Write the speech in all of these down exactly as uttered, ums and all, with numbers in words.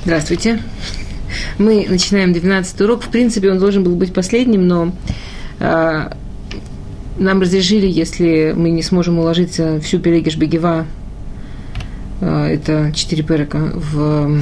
Здравствуйте. Мы начинаем двенадцатый урок. В принципе, он должен был быть последним, но э, нам разрешили, если мы не сможем уложиться всю Пелегеш Бегева, э, это четыре перека, в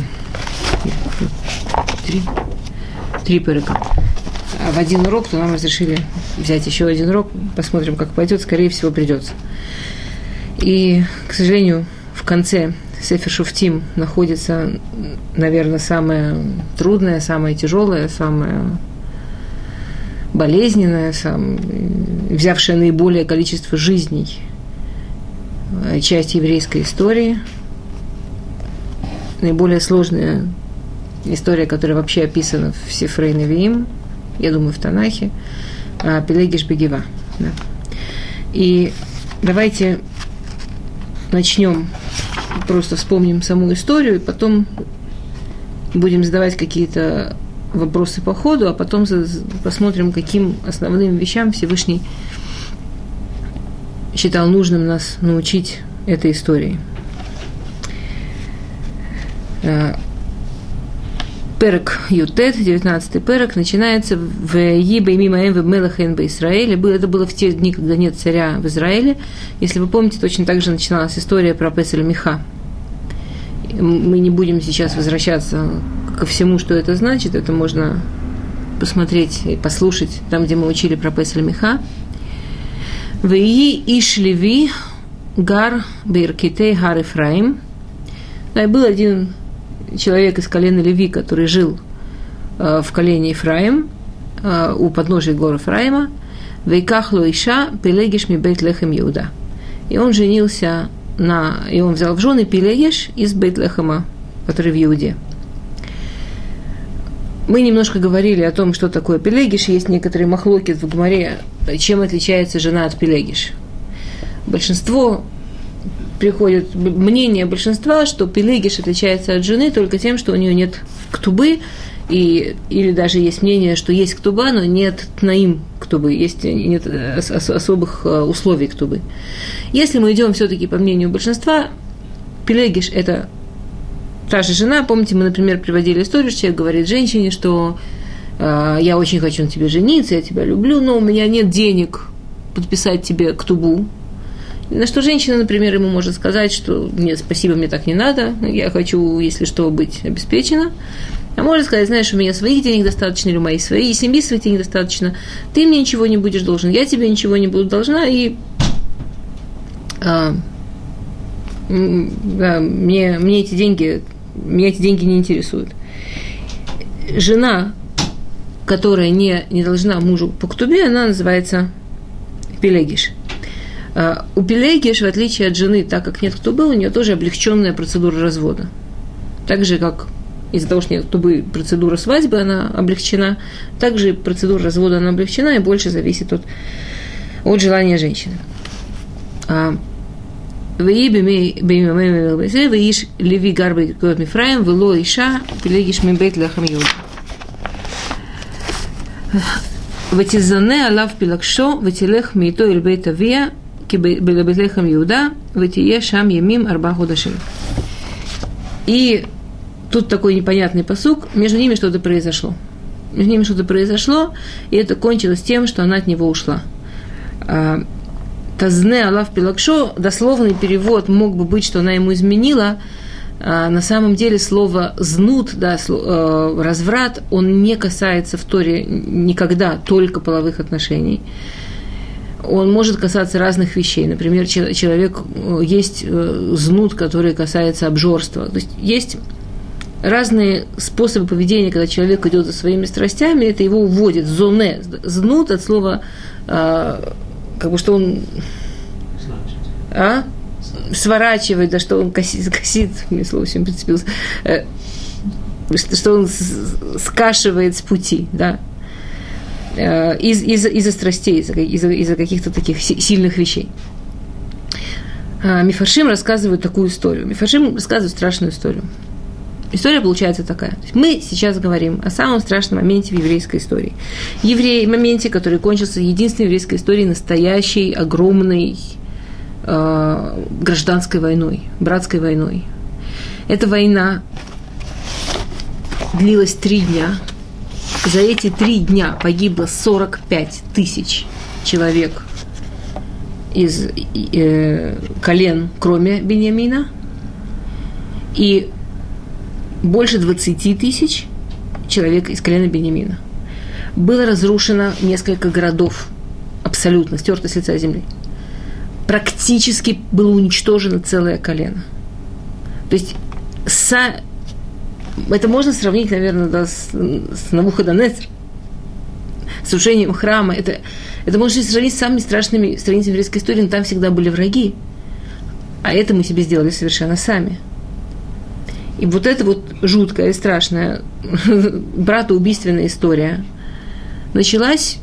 три, три перека, а в один урок, то нам разрешили взять еще один урок, посмотрим, как пойдет, скорее всего, придется. И, к сожалению, в конце Сефер Шуфтим находится, наверное, самое трудное, самое тяжелое, самое болезненное, сам, взявшее наиболее количество жизней часть еврейской истории, наиболее сложная история, которая вообще описана в Сифрей Невиим, я думаю, в Танахе, Пелегеш Бегева. Да. И давайте начнем, просто вспомним саму историю, и потом будем задавать какие-то вопросы по ходу, а потом посмотрим, каким основным вещам Всевышний считал нужным нас научить этой истории. Перек Ютет, девятнадцатый перек, начинается в Ибе Мимаем в Мелахен в Израиле. Это было в те дни, когда нет царя в Израиле. Если вы помните, точно так же начиналась история про Песеля Миха. Мы не будем сейчас возвращаться ко всему, что это значит. Это можно посмотреть и послушать там, где мы учили про Песеля Миха. Веи Иш Леви Гар Биркитей Гар Ефраим. Да, и был один человек из колена Леви, который жил э, в колене Ефраим, э, у подножия гор Ефраима, «Вейкахло иша Пелегеш ми Бейт Лехем Иуда». И он женился на... И он взял в жены Пелегеш из Бейт Лехема, который в Иуде. Мы немножко говорили о том, что такое Пелегеш. Есть некоторые махлоки в Гмаре, чем отличается жена от Пелегеш. Большинство... приходит мнение большинства, что Пелегеш отличается от жены только тем, что у нее нет ктубы, и, или даже есть мнение, что есть ктуба, но нет тнаим ктубы, есть, нет ос- особых условий ктубы. Если мы идем все-таки по мнению большинства, Пелегеш – это та же жена. Помните, мы, например, приводили историю, что человек говорит женщине, что э, я очень хочу на тебе жениться, я тебя люблю, но у меня нет денег подписать тебе ктубу. На что женщина, например, ему может сказать, что нет, спасибо, мне так не надо, я хочу, если что, быть обеспечена. А может сказать, знаешь, у меня своих денег достаточно, или у моей своей семьи своих денег достаточно, ты мне ничего не будешь должен, я тебе ничего не буду должна, и а, да, мне, мне, эти деньги, меня эти деньги не интересуют. Жена, которая не, не должна мужу по ктубе, она называется Пелегеш. Uh, у Пелегеш, в отличие от жены, так как нет ктубы, у нее тоже облегченная процедура развода. Так же, как из-за того, что нет ктубы, процедура свадьбы, она облегчена, также процедура развода, она облегчена и больше зависит от, от желания женщины. Веиш Леви Гарбей Год Мифраим, Вело Иша, Пелегеш Мибейт Лехам Иуда. Ватизане Алав Пилакшо, Ватилех Мейто Ильбейт Авия, Бетлехем Иуда, Ватие Шам Ямим Арба Худашим. И тут такой непонятный пасук, между ними что-то произошло. Между ними что-то произошло, и это кончилось тем, что она от него ушла. Тазне Алав Пилакшо, дословный перевод мог бы быть, что она ему изменила. На самом деле слово «знут», да, разврат, он не касается в Торе никогда только половых отношений. Он может касаться разных вещей. Например, человек, есть знут, который касается обжорства. То есть есть разные способы поведения, когда человек идет за своими страстями, это его уводит. Зоне, знут от слова, как бы, что он... А? Сворачивает, да, что он косит, косит, мне слово всем прицепился, что он скашивает с пути, да, из, из, из-за страстей, из-за, из-за, из-за каких-то таких сильных вещей. Мифаршим рассказывают такую историю. Мифаршим рассказывают страшную историю. История получается такая. То есть мы сейчас говорим о самом страшном моменте в еврейской истории. Евреи, моменте, который кончился единственной еврейской историей, настоящей, огромной э, гражданской войной, братской войной. Эта война длилась три дня. За эти три дня погибло сорок пять тысяч человек из э, колен, кроме Биньямина, и больше двадцать тысяч человек из колена Биньямина. Было разрушено несколько городов, абсолютно стерто с лица земли. Практически было уничтожено целое колено. То есть со... это можно сравнить, наверное, да, с, с Навуходоносором, с срушением храма. Это, это можно сравнить с самыми страшными страницами еврейской истории, но там всегда были враги. А это мы себе сделали совершенно сами. И вот эта вот жуткая и страшная братоубийственная история началась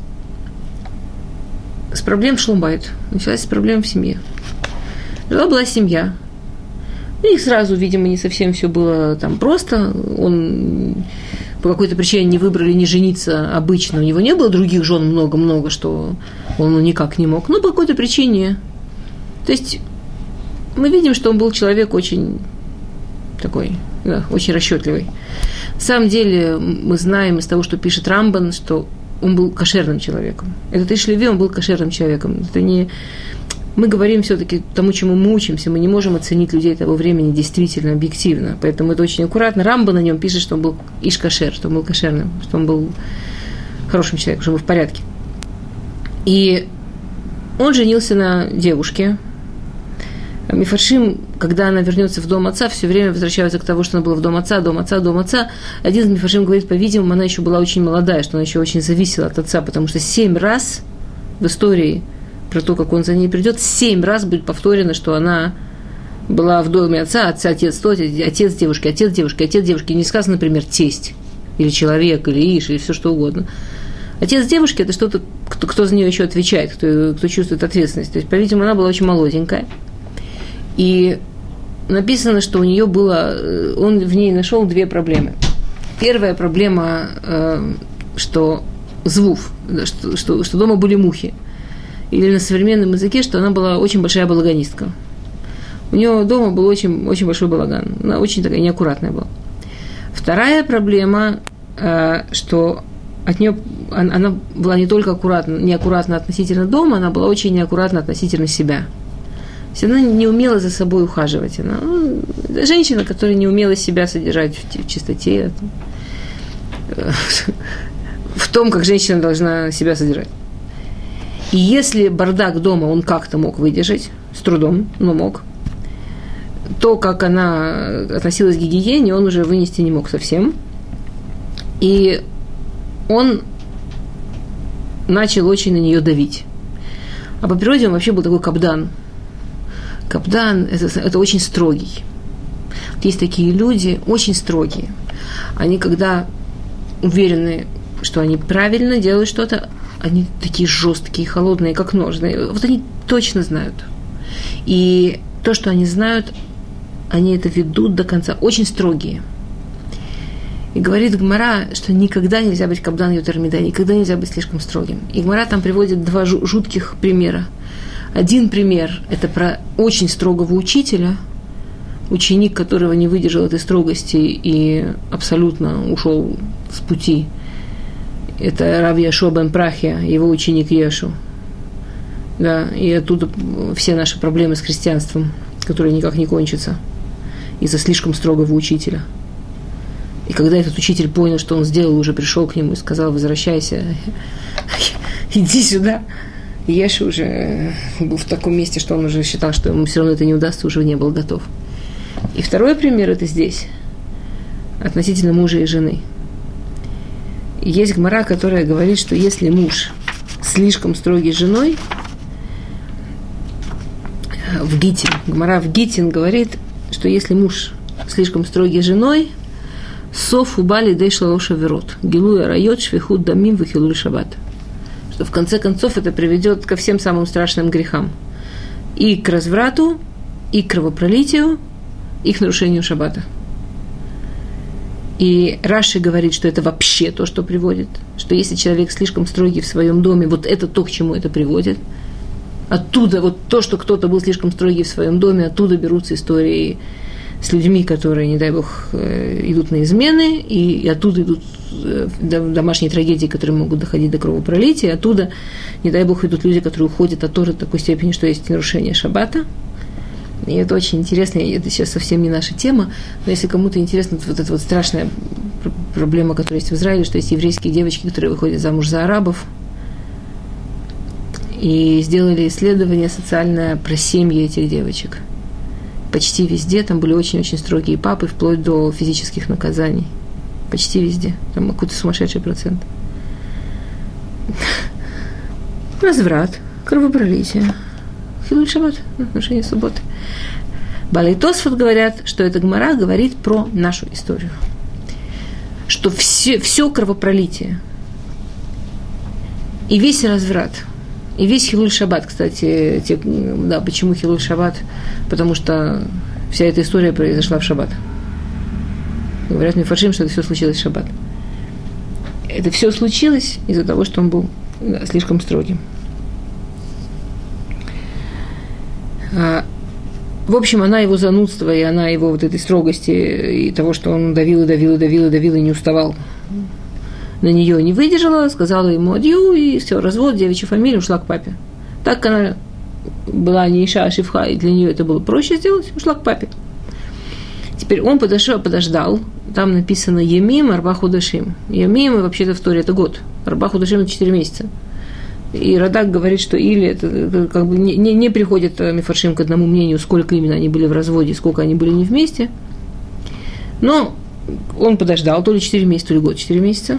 с проблем в Шлумбайт, началась с проблем в семье. Жила была семья. У них сразу, видимо, не совсем все было там просто. Он по какой-то причине не выбрали не жениться обычно. У него не было других жен много-много, что он никак не мог. Но по какой-то причине. То есть мы видим, что он был человек очень такой, да, очень расчетливый. На самом деле мы знаем из того, что пишет Рамбан, что он был кошерным человеком. Этот Иш Леви, он был кошерным человеком. Это не... Мы говорим все-таки тому, чему мы учимся. Мы не можем оценить людей того времени действительно объективно. Поэтому это очень аккуратно. Рамбан на нем пишет, что он был Иш Кошер, что он был кошерным, что он был хорошим человеком, что он был в порядке. И он женился на девушке. Мифаршим, когда она вернется в дом отца, все время возвращаются к тому, что она была в дом отца, дом отца, дом отца. Один из Мифаршим говорит, по-видимому, она еще была очень молодая, что она еще очень зависела от отца, потому что семь раз в истории про то, как он за ней придет, семь раз будет повторено, что она была в доме отца, отца, отец, тот, отец девушки, отец девушки, отец девушки. Не сказано, например, тесть, или человек, или иш, или все что угодно. Отец девушки – это что-то, кто, кто за нее еще отвечает, кто, кто чувствует ответственность. То есть, по-видимому, она была очень молоденькая. И написано, что у нее было, он в ней нашел две проблемы. Первая проблема, что звуф, что, что, что дома были мухи. Или на современном языке, что она была очень большая балаганистка. У нее дома был очень, очень большой балаган. Она очень такая неаккуратная была. Вторая проблема, что от нее она была не только аккуратна, неаккуратна относительно дома, она была очень неаккуратна относительно себя. То есть она не умела за собой ухаживать. Она, ну, женщина, которая не умела себя содержать в, в чистоте, в том, как женщина должна себя содержать. И если бардак дома он как-то мог выдержать, с трудом, но мог, то, как она относилась к гигиене, он уже вынести не мог совсем. И он начал очень на нее давить. А по природе он вообще был такой капдан. Капдан – это, это очень строгий. Есть такие люди, очень строгие. Они, когда уверены, что они правильно делают что-то, они такие жесткие, холодные, как ножны. Вот они точно знают. И то, что они знают, они это ведут до конца. Очень строгие. И говорит Гмара, что никогда нельзя быть капдан ютер мидай, никогда нельзя быть слишком строгим. И Гмара там приводит два жутких примера. Один пример – это про очень строгого учителя, ученик, которого не выдержал этой строгости и абсолютно ушел с пути. Это Рав Яшуа бен Прахия, его ученик Ешу. Да, и оттуда все наши проблемы с христианством, которые никак не кончатся из-за слишком строгого учителя. И когда этот учитель понял, что он сделал, уже пришел к нему и сказал: возвращайся, иди сюда. Ешу уже был в таком месте, что он уже считал, что ему все равно это не удастся, уже не был готов. И второй пример – это здесь, относительно мужа и жены. Есть гмара, которая говорит, что если муж слишком строгий с женой, в Гитин, гмара в Гитин говорит, что если муж слишком строгий с женой, сов убали дей шлалоша верот, гилуя райот швихут дамим вихилуй шаббат. Что в конце концов это приведет ко всем самым страшным грехам. И к разврату, и к кровопролитию, и к нарушению шаббата. И Раши говорит, что это вообще то, что приводит. Что если человек слишком строгий в своем доме, вот это то, к чему это приводит. Оттуда, вот то, что кто-то был слишком строгий в своем доме, оттуда берутся истории с людьми, которые, не дай бог, идут на измены, и оттуда идут домашние трагедии, которые могут доходить до кровопролития, и оттуда, не дай бог, идут люди, которые уходят от Торы до такой степени, что есть нарушение шаббата. И это очень интересно, и это сейчас совсем не наша тема, но если кому-то интересна вот эта вот страшная проблема, которая есть в Израиле, что есть еврейские девочки, которые выходят замуж за арабов, и сделали исследование социальное про семьи этих девочек. Почти везде там были очень-очень строгие папы, вплоть до физических наказаний. Почти везде. Там какой-то сумасшедший процент. Разврат, кровопролитие, хилуль шаббат, нарушение субботы. Баалей Тосфот говорят, что эта гемара говорит про нашу историю. Что все, все кровопролитие и весь разврат, и весь хилуль шаббат, кстати, те, да, почему хилуль шаббат? Потому что вся эта история произошла в шаббат. Говорят мифаршим, что это все случилось в шаббат. Это все случилось из-за того, что он был, да, слишком строгим. А, в общем, она его занудство, и она его вот этой строгости, и того, что он давил и давил и давил и давил и не уставал, на нее не выдержала, сказала ему адью, и все, развод, девичья фамилия, ушла к папе. Так как она была не Иша, а Шивха, и для нее это было проще сделать, ушла к папе. Теперь он подошел, подождал, там написано Емим, Арба Худашим. Емим, вообще-то в Торе это год, Арба Худашим это четыре месяца. И Радак говорит, что или это, это как бы не, не, не приходит мифаршим к одному мнению, сколько именно они были в разводе, сколько они были не вместе. Но он подождал, то ли четыре месяца, то ли год, четыре месяца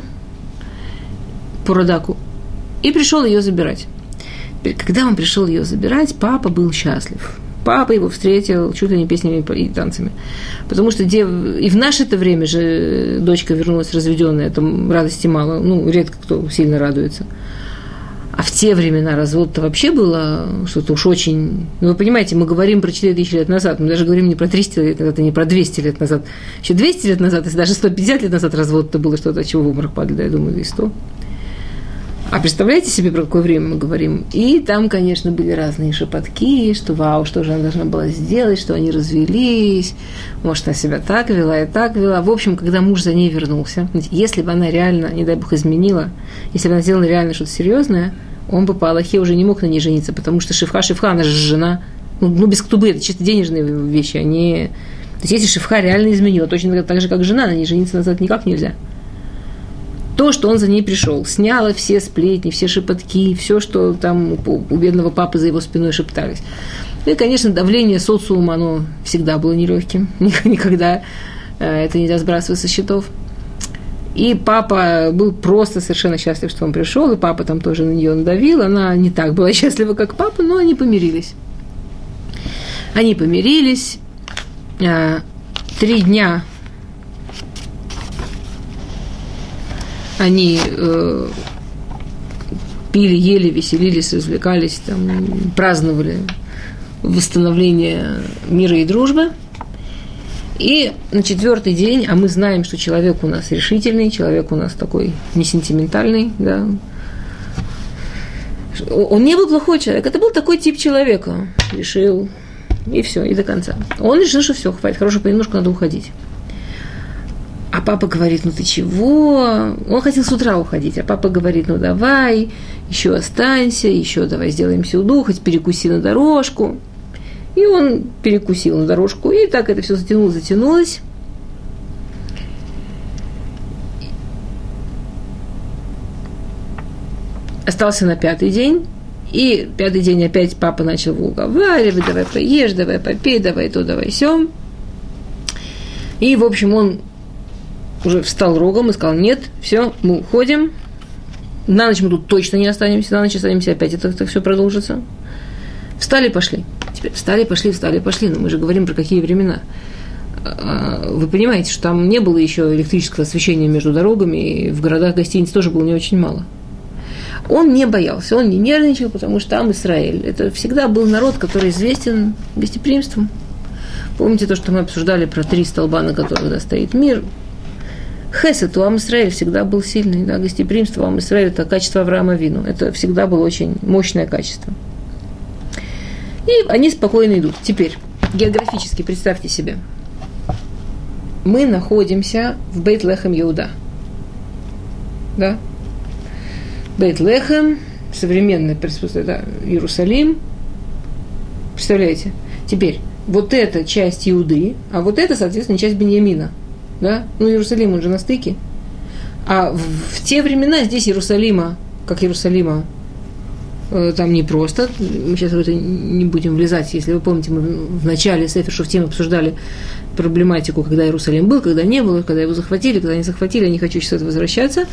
по Радаку, и пришел ее забирать. Когда он пришел ее забирать, папа был счастлив. Папа его встретил чуть ли не песнями и танцами. Потому что дев... и в наше-то время же дочка вернулась разведенная, там радости мало, ну, редко кто сильно радуется. А в те времена развод-то вообще было что-то уж очень... Ну, вы понимаете, мы говорим про четыре тысячи лет назад, мы даже говорим не про триста лет назад, не про двести лет назад. Еще двести лет назад, если даже сто пятьдесят лет назад развод-то было что-то, от чего в обморок падали, да, я думаю, и сто. А представляете себе, про какое время мы говорим? И там, конечно, были разные шепотки, что вау, что же она должна была сделать, что они развелись, может, она себя так вела и так вела. В общем, когда муж за ней вернулся, если бы она реально, не дай бог, изменила, если бы она сделала реально что-то серьезное, он бы по Аллахе уже не мог на ней жениться, потому что шифха, шифха, она же жена, ну, ну без ктубы, это чисто денежные вещи, они... То есть, если шифха реально изменила, точно так же, как жена, на ней жениться назад никак нельзя. То, что он за ней пришел, сняла все сплетни, все шепотки, все, что там у бедного папы за его спиной шептались. И, конечно, давление социума, оно всегда было нелегким, никогда это нельзя сбрасывать со счетов. И папа был просто совершенно счастлив, что он пришел, и папа там тоже на нее надавил, она не так была счастлива, как папа, но они помирились. Они помирились, три дня они э, пили, ели, веселились, развлекались, там, праздновали восстановление мира и дружбы. И на четвертый день, а мы знаем, что человек у нас решительный, человек у нас такой не сентиментальный, да. Он не был плохой человек, это был такой тип человека. Решил, и все, и до конца. Он решил, что все, хватит, хорошего понемножку надо уходить. А папа говорит, ну ты чего? Он хотел с утра уходить, а папа говорит, ну давай, еще останься, еще давай сделаем сюду, хоть перекуси на дорожку. И он перекусил на дорожку, и так это все затянулось, затянулось. Остался на пятый день, и пятый день опять папа начал его уговаривать, давай поешь, давай попей, давай то, давай сё. И, в общем, он уже встал рогом и сказал, нет, все, мы уходим. На ночь мы тут точно не останемся, на ночь останемся, опять это, это все продолжится. Встали, пошли. Теперь встали, пошли, встали, пошли. Но мы же говорим про какие времена. Вы понимаете, что там не было еще электрического освещения между дорогами, и в городах гостиниц тоже было не очень мало. Он не боялся, он не нервничал, потому что там Израиль. Это всегда был народ, который известен гостеприимством. Помните то, что мы обсуждали про три столба, на которых да, стоит мир? Хесед, у Ам Исраэль всегда был сильный, да, гостеприимство у Ам Исраэль – это качество Авраама Авину. Это всегда было очень мощное качество. И они спокойно идут. Теперь, географически представьте себе. мы находимся в Бейт-Лехем Иуда. Да? Бейт-Лехем, современное присутствие, да, Иерусалим. Представляете? Теперь, вот эта часть Иуды, а вот это, соответственно, часть Беньямина. Да? Ну, Иерусалим, он же на стыке. А в, в те времена здесь Иерусалима, как Иерусалима, э, там не просто. Мы сейчас в это не будем влезать. Если вы помните, мы в начале Сефер Шуфтим обсуждали проблематику, когда Иерусалим был, когда не был, когда его захватили, когда не захватили. Я не хочу сейчас это возвращаться.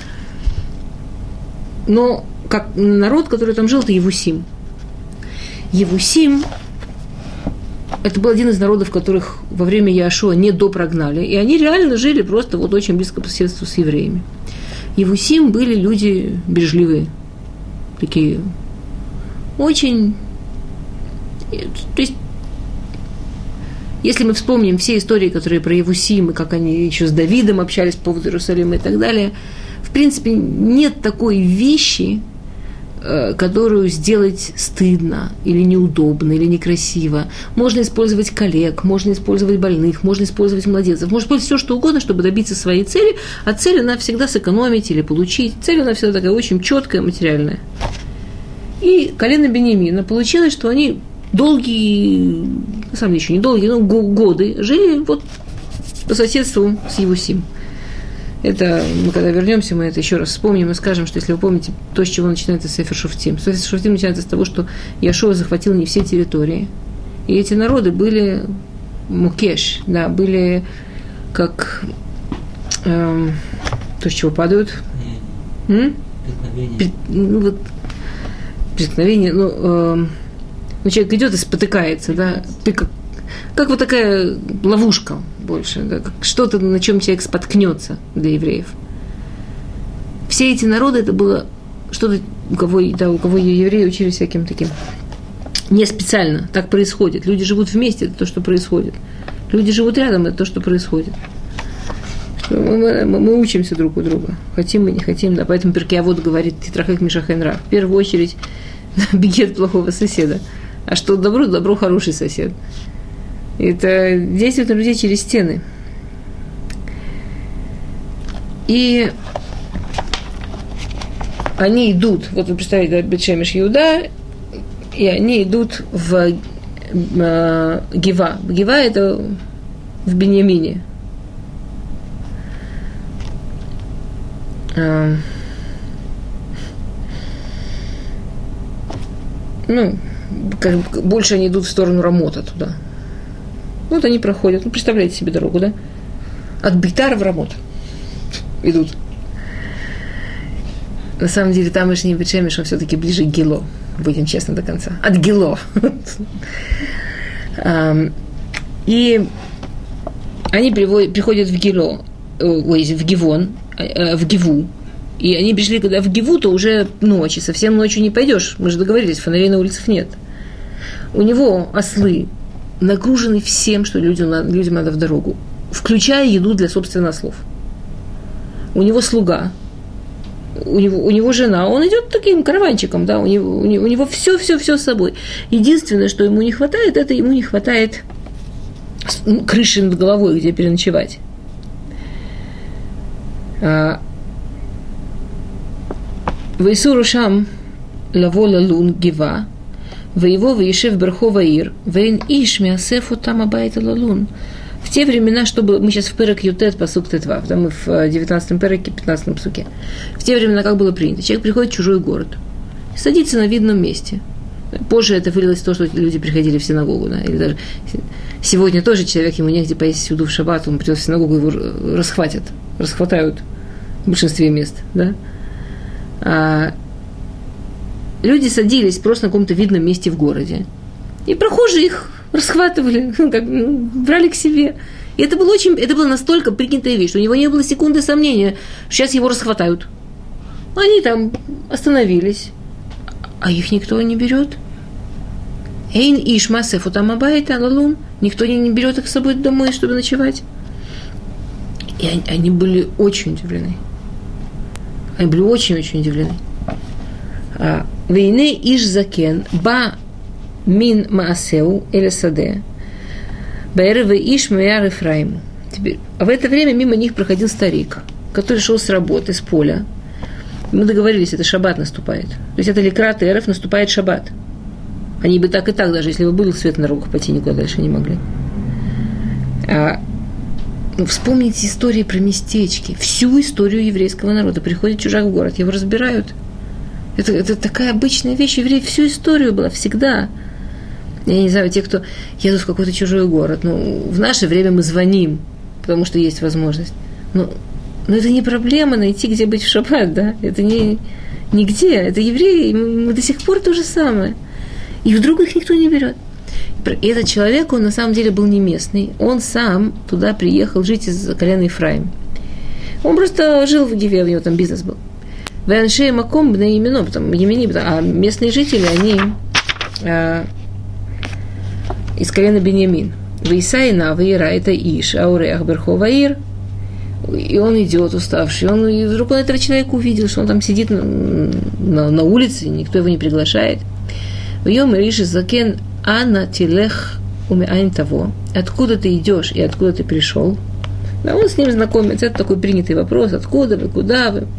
Но как народ, который там жил, это Евусим. Евусим – это был один из народов, которых во время Яшуа не допрогнали. И они реально жили просто вот очень близко по соседству с евреями. Евусим были люди бережливые, такие очень… То есть, если мы вспомним все истории, которые про Евусим, и как они еще с Давидом общались по поводу Иерусалима и так далее, в принципе, нет такой вещи, которую сделать стыдно, или неудобно, или некрасиво. Можно использовать коллег, можно использовать больных, можно использовать младенцев, можно использовать все, что угодно, чтобы добиться своей цели, а цель она всегда сэкономить или получить. Цель она всегда такая очень четкая, материальная. И колено Беньямина получилось, что они долгие, на самом деле еще не долгие, но годы жили вот по соседству с Евусим. Это, мы когда вернемся, мы это еще раз вспомним и скажем, что если вы помните, то, с чего начинается Сефер Шуфтим. Сефер Шуфтим начинается с того, что Яшуа захватил не все территории. И эти народы были мукеш, да, были как эм, то, с чего падают. Преткновение. Ну, вот, преткновение, ну, эм, ну, человек идет и спотыкается, да, как, как вот такая ловушка больше, да, как что-то, на чем человек споткнется для евреев. Все эти народы, это было что-то, у кого, да, у кого евреи учили всяким таким. Не специально, так происходит. Люди живут вместе, это то, что происходит. Люди живут рядом, это то, что происходит. Мы, мы, мы учимся друг у друга. Хотим мы, не хотим, да. Поэтому Перкей Авот говорит Титрахек Мишахен Ра. В первую очередь, беги от плохого соседа. А что добро, добро хороший сосед. Это действует на людей через стены. И они идут, вот вы представляете, да, Бет-Шемеш Иуда, и они идут в э, Гива. Гива – это в Беньямине. Э, ну, как, больше они идут в сторону Рамота туда. Вот они проходят. Ну, представляете себе дорогу, да? От Бейтара в Рамот идут. На самом деле, тамошний Бет-Шемеш, он все-таки ближе к Гило. Будем честны до конца. От Гило. И они приходят в Гило, ой, в Гивон, в Гиву. И они пришли, когда в Гиву, то уже ночь, и совсем ночью не пойдешь. Мы же договорились, фонарей на улицах нет. У него ослы нагружены всем, что людям надо, людям надо в дорогу, включая еду для собственных ослов. У него слуга, у него, у него жена, он идет таким караванчиком, да, у него, у него, у него все, все, все с собой. Единственное, что ему не хватает, это ему не хватает крыши над головой, где переночевать. Вейсуру шам лавола лун гива. Воево ваишев берхова ир, вейн иш миасефу там абайта лалун. В те времена, чтобы мы сейчас в перек ютет пасук тетвав, да, мы в девятнадцатом переке, пятнадцатом псуке. В те времена как было принято? Человек приходит в чужой город, садится на видном месте. Позже это вылилось в то, что люди приходили в синагогу, да, или даже сегодня тоже человек, ему негде поесть сюда в шаббат, он придет в синагогу, его расхватят, расхватают в большинстве мест, да. А люди садились просто на каком-то видном месте в городе. И прохожие их расхватывали, как, ну, брали к себе. И это было, очень, это было настолько принятая вещь, что у него не было секунды сомнения, что сейчас его расхватают. Они там остановились, а их никто не берет. Эйн иш масефу там абайта лалун. Никто не, не берет их с собой домой, чтобы ночевать. И они, они были очень удивлены. Они были очень-очень удивлены. Вейне иш закен ба мин маасеу эле саде баэрве иш меяр Ефраиму. Теперь, а в это время мимо них проходил старик, который шел с работы, с поля. Мы договорились, это шаббат наступает. То есть это ликрат эрев, наступает шаббат. Они бы так и так, даже если бы был свет на руках, пойти никуда дальше не могли. А, ну, вспомните истории про местечки. Всю историю еврейского народа. Приходит чужак в город, его разбирают. Это, это такая обычная вещь. Евреи всю историю была, всегда. Я не знаю, те, кто едут в какой-то чужой город. Ну, в наше время мы звоним, потому что есть возможность. Но, но это не проблема найти, где быть в шаббат, да? Это не нигде. Это евреи. Мы до сих пор то же самое. И вдруг их никто не берет. И этот человек, он на самом деле был не местный. Он сам туда приехал жить из колена Ефраим. Он просто жил в Гиве, у него там бизнес был. В Аншей Маком на именно, потом Емени, а местные жители, они а, из колена Беньямин. В Исаина, в Ира, это Иш, Ауреах, Берховаир. И он идет уставший. Он, и вдруг он этого человека увидел, что он там сидит на, на, на улице, никто его не приглашает. В Йом Риши Закен Ана Тилех Умеайн Таво. Откуда ты идешь и откуда ты пришел? Да, он с ним знакомится. Это такой принятый вопрос. Откуда вы, куда вы?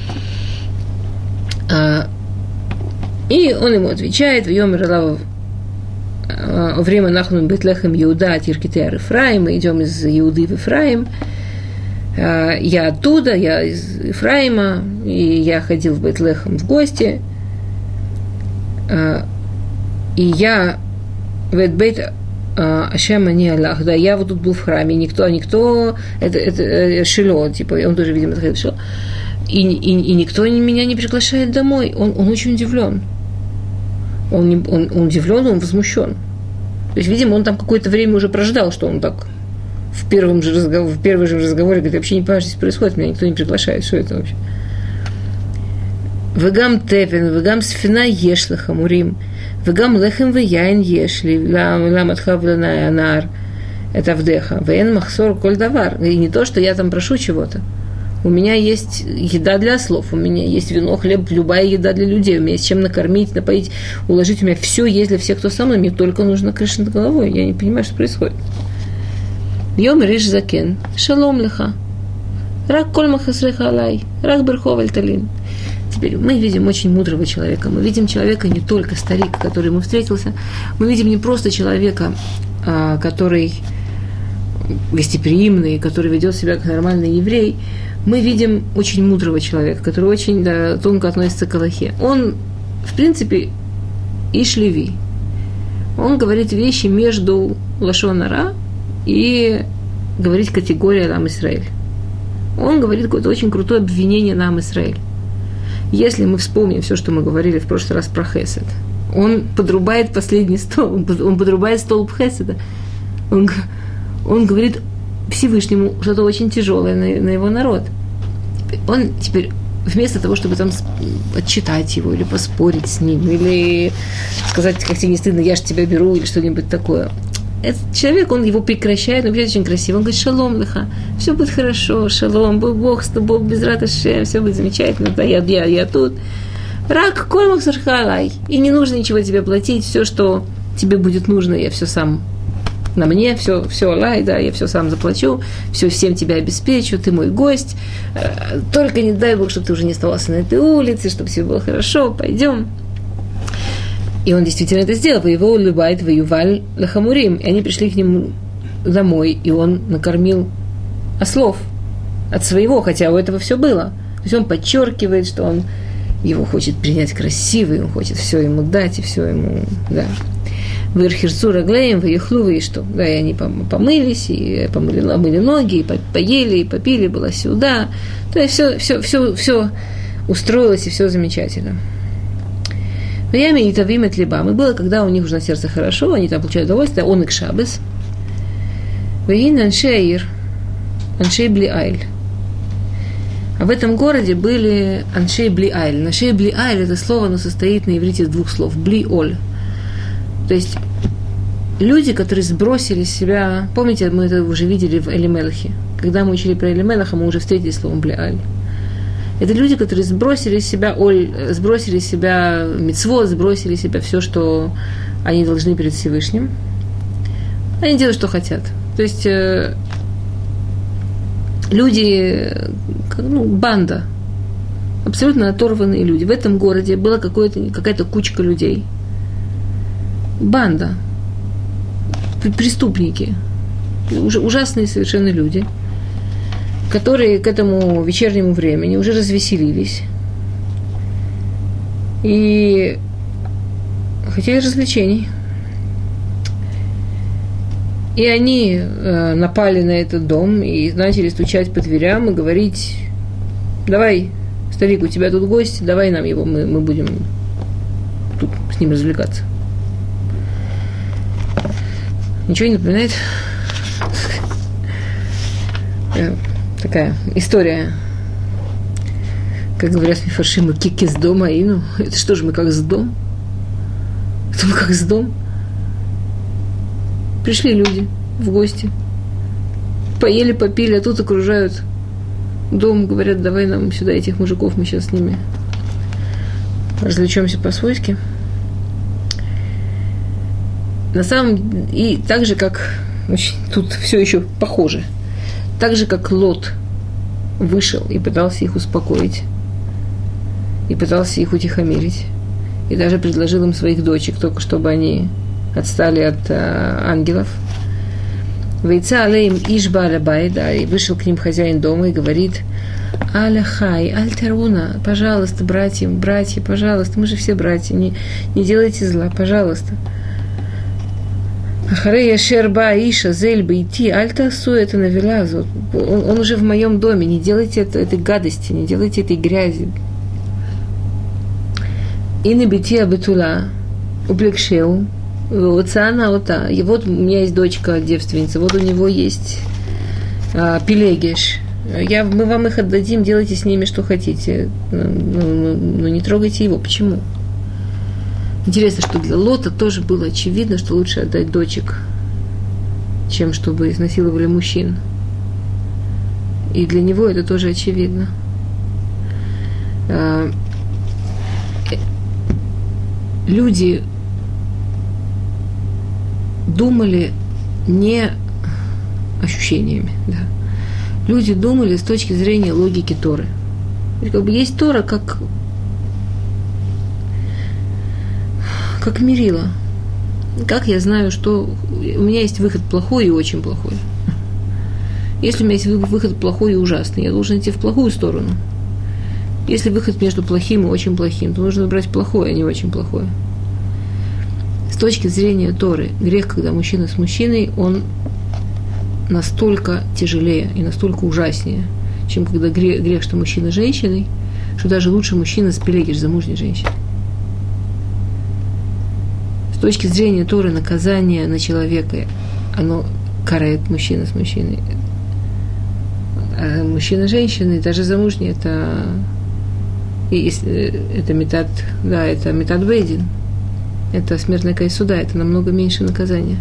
А, и он ему отвечает: в Йом Рилав время Нахну Бетлехем Иуда Тиркитер Ефраим. Мы идем из Иуды в Ефраим. А, я оттуда, я из Ефраима, и я ходил в Бетлехем в гости. А, И я в Эдбейт Ашема не Аллах, да, я вот тут был в храме, никто, никто, это, это Шило, типа, он тоже, видимо, заходил в Шило, и, и, и никто меня не приглашает домой, он, он очень удивлен, он, не, он, он удивлен, он возмущен, то есть, видимо, он там какое-то время уже прождал, что он так в первом же разговоре, в первом же разговоре говорит: вообще не понимаю, что здесь происходит, меня никто не приглашает, что это вообще? Вегам тевен, вегам сфина ешли хамурим, вегам лехем веяин ешли, ламатха вланайанар, это вдеха, вен махсор коль давар. И не то, что я там прошу чего-то. У меня есть еда для ослов, у меня есть вино, хлеб, любая еда для людей, у меня есть чем накормить, напоить, уложить, у меня все есть для всех, кто со мной, мне только нужно крыша над головой. Я не понимаю, что происходит. Йом риш закен, шалом леха, рак коль махасреха алай, рак берхов альталин. Теперь мы видим очень мудрого человека. Мы видим человека не только старик, который ему встретился. Мы видим не просто человека, который гостеприимный, который ведет себя как нормальный еврей. Мы видим очень мудрого человека, который очень, да, тонко относится к Аллахе. Он, в принципе, иш леви. Он говорит вещи между лашон ара и говорит категория Ам Исраэль. Он говорит какое-то очень крутое обвинение на Ам Исраэль. Если мы вспомним все, что мы говорили в прошлый раз про Хесед, он подрубает последний стол, он подрубает столб Хеседа. Он, он говорит Всевышнему что-то очень тяжелое на, на его народ. Он теперь, вместо того, чтобы там отчитать его, или поспорить с ним, или сказать, как тебе не стыдно, я же тебя беру, или что-нибудь такое, этот человек, он его прекращает, но говорит очень красиво. Он говорит: шалом леха, все будет хорошо, шалом, Бог с тобой, без рата шем, все будет замечательно, да, я, я, я тут. Рак кольмах сархалай, и не нужно ничего тебе платить, все, что тебе будет нужно, я все сам на мне, все, все алай, да, я все сам заплачу, все всем тебя обеспечу, ты мой гость, только не дай Бог, чтобы ты уже не оставался на этой улице, чтобы все было хорошо, пойдем. И он действительно это сделал. Его улыбает воюваль лахамурим. И они пришли к нему домой, и он накормил ослов от своего, хотя у этого все было. То есть он подчеркивает, что он его хочет принять красивый, он хочет все ему дать, и все ему, да. Вырхирцу раглеем, выехлу, и что? Да, и они помылись, и помыли, помыли ноги, и поели, и попили, была сюда. То есть все, все, все, все устроилось, и все замечательно. В яме и тавим et либам. И было, когда у них уже на сердце хорошо, они там получают удовольствие, он и к шабес. Вегин аншеир, аншей бли айль. А в этом городе были аншей бли айль. Аншей бли айль, это слово, оно состоит на иврите из двух слов. Бли оль. То есть люди, которые сбросили с себя... Помните, мы это уже видели в Элимелахе. Когда мы учили про Элимелаха, мы уже встретили словом бли айль. Это люди, которые сбросили с себя оль, сбросили с себя мицвот, сбросили с себя все, что они должны перед Всевышним. Они делают, что хотят. То есть э, люди, ну, банда, абсолютно оторванные люди. В этом городе была какая-то кучка людей. Банда. Преступники. Ужасные совершенно люди, которые к этому вечернему времени уже развеселились и хотели развлечений. И они э, напали на этот дом и начали стучать по дверям и говорить: давай, старик, у тебя тут гость, давай нам его, мы, мы будем тут с ним развлекаться. Ничего не напоминает? Такая история, как говорят мифаршим, кики с дома, и ну, это что же мы как с дом? Это мы как с дом? Пришли люди в гости, поели, попили, а тут окружают дом, говорят: давай нам сюда этих мужиков, мы сейчас с ними развлечемся по-свойски. На самом и так же, как очень, тут все еще похоже, так же, как Лот вышел и пытался их успокоить, и пытался их утихомирить, и даже предложил им своих дочек, только чтобы они отстали от э, ангелов. Вейца алейм ишба алябай, да, и вышел к ним хозяин дома и говорит: аляхай, альтеруна, пожалуйста, братья, братья, пожалуйста, мы же все братья, не, не делайте зла, пожалуйста. Ахарей шерба иша зель бейти, альта су это навела, он, он уже в моем доме, не делайте это, этой гадости, не делайте этой грязи. И на бити абетула уплекшеу. Вот она, вот та. И вот у меня есть дочка девственница, вот у него есть а, пелегиш. Я, мы вам их отдадим, делайте с ними что хотите. Но, но, но не трогайте его. Почему? Интересно, что для Лота тоже было очевидно, что лучше отдать дочек, чем чтобы изнасиловали мужчин. И для него это тоже очевидно. А, люди думали не ощущениями, да. Люди думали с точки зрения логики Торы. Как бы есть Тора как, как мерило. Как я знаю, что у меня есть выход плохой и очень плохой. Если у меня есть выход плохой и ужасный, я должен идти в плохую сторону. Если выход между плохим и очень плохим, то нужно выбрать плохое, а не очень плохое. С точки зрения Торы, грех, когда мужчина с мужчиной, он настолько тяжелее и настолько ужаснее, чем когда грех, грех что мужчина с женщиной, что даже лучше мужчина с пелегиш, замужней женщиной. С точки зрения Торы, наказание на человека, оно карает мужчина с мужчиной. А мужчина с женщиной, даже замужней, это, это метад, да, это метад бейдин. Это смертная казнь суда, это намного меньше наказания.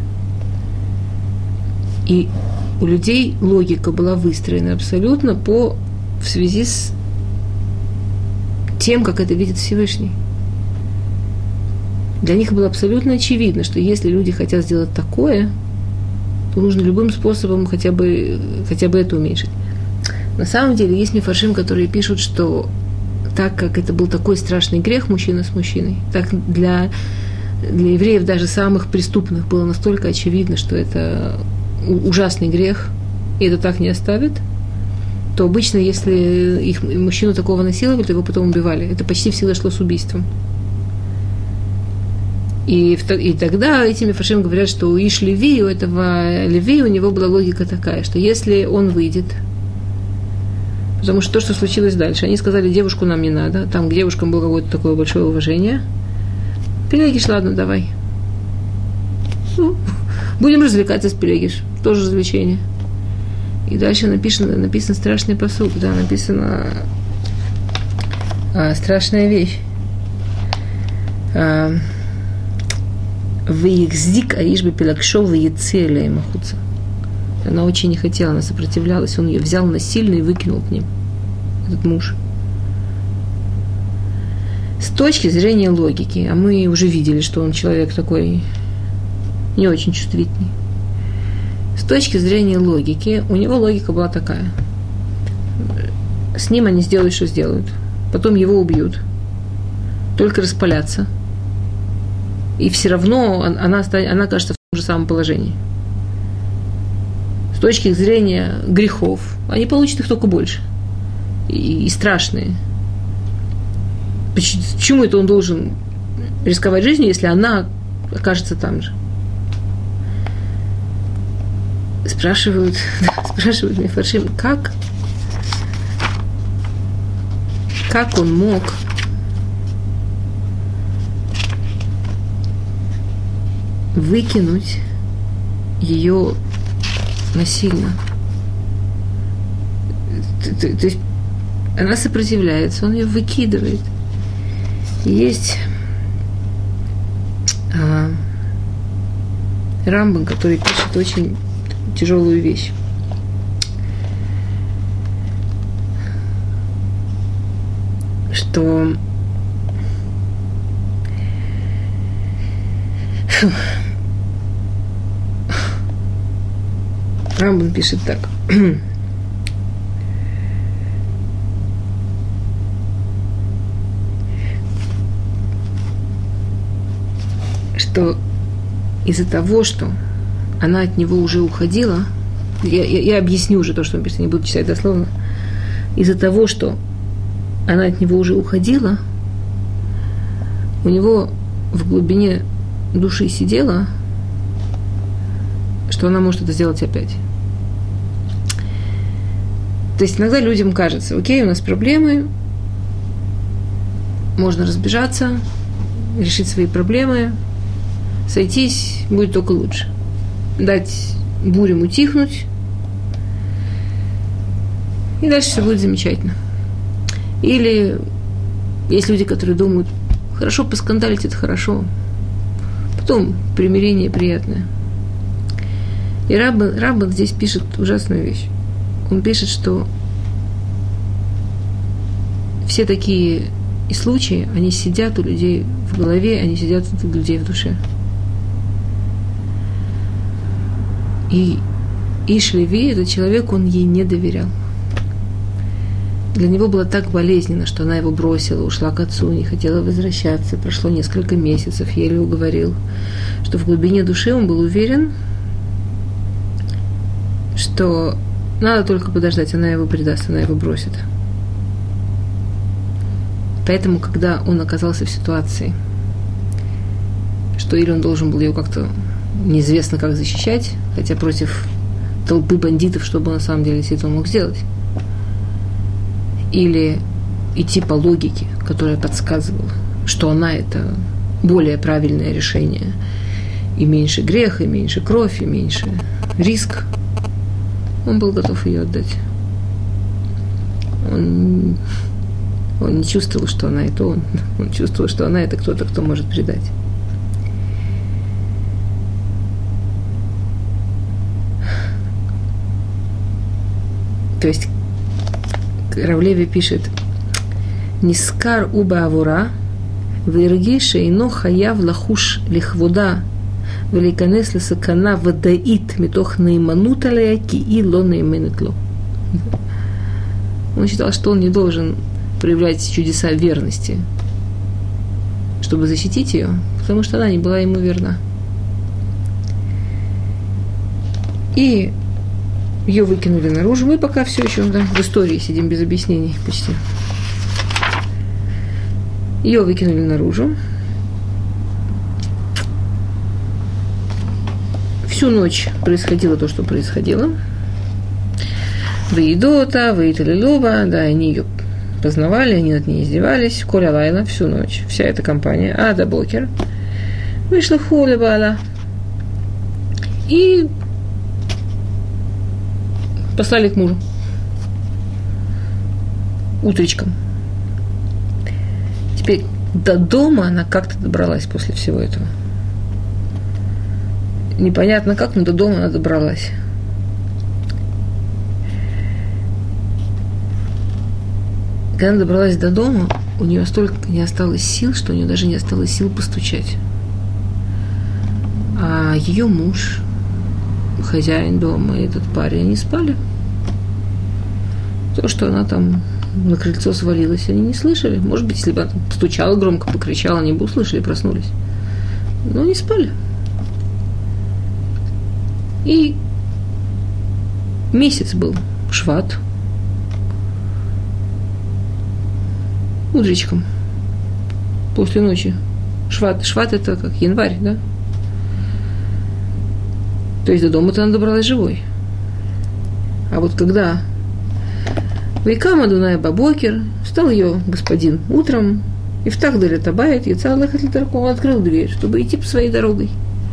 И у людей логика была выстроена абсолютно по, в связи с тем, как это видит Всевышний. Для них было абсолютно очевидно, что если люди хотят сделать такое, то нужно любым способом хотя бы, хотя бы это уменьшить. На самом деле есть мифаршим, которые пишут, что так как это был такой страшный грех мужчина с мужчиной, так для... Для евреев даже самых преступных было настолько очевидно, что это ужасный грех, и это так не оставит, то обычно, если их мужчину такого насиловали, то его потом убивали. Это почти всегда шло с убийством. И, и тогда этими фаршим говорят, что у Иш Леви, у этого Леви, у него была логика такая, что если он выйдет, потому что то, что случилось дальше, они сказали: девушку нам не надо, там к девушкам было какое-то такое большое уважение. Пелегиш, ладно, давай. Ну, будем развлекаться с пелегиш. Тоже развлечение. И дальше написано, написан страшный посук, да, написана а, страшная вещь. Виихздик аишбе пелакшо виецелия махуца. Она очень не хотела, она сопротивлялась. Он ее взял насильно и выкинул к ним. Этот муж. С точки зрения логики, а мы уже видели, что он человек такой не очень чувствительный. С точки зрения логики, у него логика была такая. с ним они сделают, что сделают. Потом его убьют. Только распаляться. И все равно она, она окажется в том же самом положении. С точки зрения грехов, они получат их только больше. И, и страшные. Почему это он должен рисковать жизнью, если она окажется там же? Спрашивают, спрашивают Мефаршим, как, как он мог выкинуть ее насильно. То, то, то есть она сопротивляется, он ее выкидывает. Есть а, Рамбам, который пишет очень тяжелую вещь. Что Рамбам пишет так. Что из-за того, что она от него уже уходила, я, я, я объясню уже то, что он пишет, не буду читать дословно, из-за того, что она от него уже уходила, у него в глубине души сидела, что она может это сделать опять. То есть иногда людям кажется, окей, у нас проблемы, можно разбежаться, решить свои проблемы, сойтись, будет только лучше. Дать бурям утихнуть, и дальше все будет замечательно. Или есть люди, которые думают, хорошо поскандалить, это хорошо. Потом примирение приятное. И Раббан, Раббан здесь пишет ужасную вещь. Он пишет, что все такие и случаи, они сидят у людей в голове, они сидят у людей в душе. И Иш Леви, этот человек, он ей не доверял. Для него было так болезненно, что она его бросила, ушла к отцу, не хотела возвращаться. Прошло несколько месяцев, еле уговорил, что в глубине души он был уверен, что надо только подождать, она его предаст, она его бросит. Поэтому, когда он оказался в ситуации, что или он должен был ее как-то неизвестно как защищать, хотя против толпы бандитов, что бы он на самом деле с этим мог сделать, или идти по логике, которая подсказывала, что она это более правильное решение, и меньше грех, и меньше кровь, и меньше риск, он был готов ее отдать. Он, он не чувствовал, что она это он. Он чувствовал, что она это кто-то, кто может предать. То есть Рав Леви пишет: «Нискар уба авура, вирги шейно хаяв лахуш лихвода, великанес лесакана вадаит митох наиманут алея ки и ло наименет ло». Он считал, что он не должен проявлять чудеса верности, чтобы защитить ее, потому что она не была ему верна. И ее выкинули наружу. Мы пока все еще, да, в истории сидим без объяснений почти. Ее выкинули наружу. Всю ночь происходило то, что происходило. Выедота, выеталилуба, да, они ее познавали, они над ней издевались. Коля лайла всю ночь, вся эта компания. А до бокер вышла хуля бала. И послали к мужу. Утречком. Теперь до дома она как-то добралась после всего этого. Непонятно как, но до дома она добралась. Когда она добралась до дома, у нее столько не осталось сил, что у нее даже не осталось сил постучать. А ее муж, хозяин дома и этот парень, они спали. То, что она там на крыльцо свалилась, они не слышали. Может быть, если бы она стучала громко, покричала, они бы услышали и проснулись. Но не спали. И месяц был шват. Утречком. После ночи. Шват. Шват это как январь, да? То есть до дома-то она добралась живой. А вот когда Вейкама Дуная Бабокер, встал ее господин утром, и в Тахдаля Табайт, Яца Алехат Литарко, он открыл дверь, чтобы идти по своей дорогой.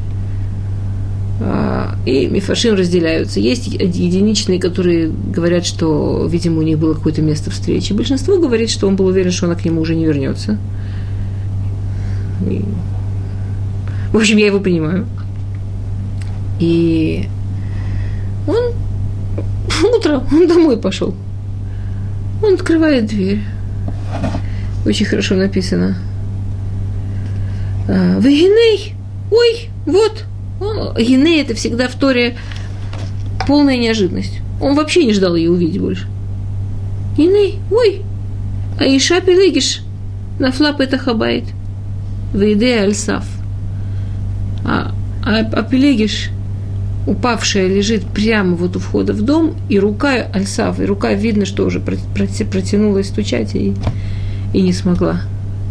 И мифашим разделяются. Есть единичные, которые говорят, что, видимо, у них было какое-то место встречи. Большинство говорит, что он был уверен, что она к нему уже не вернется. И... В общем, я его понимаю. И он утро, он домой пошел. Он открывает дверь. Очень хорошо написано. Вегиней! Ой, вот! Гиней – это всегда в Торе полная неожиданность. Он вообще не ждал ее увидеть больше. Гиней! Ой! А Иша Пелегиш на флап это хабайт. Вейде альсаф. А, а, а Пелегиш, упавшая, лежит прямо вот у входа в дом, и рука альсаф, и рука видно, что уже протянулась стучать, и, и не смогла.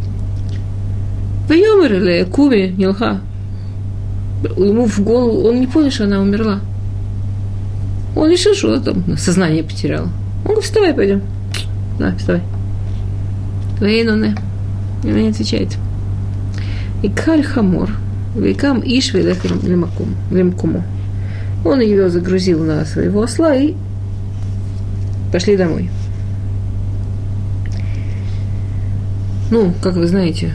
Вейомер или Куми Нилха. Ему в голову, он не понял, что она умерла. Он решил, что она там сознание потеряла. Он говорит, вставай, пойдем. Да, вставай. Вейноне. И она не отвечает. И каль хамор. Вейкам иш велех лемкуму. Он ее загрузил на своего осла и пошли домой. Ну, как вы знаете,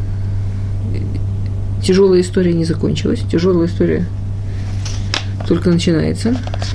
тяжелая история не закончилась. Тяжелая история только начинается.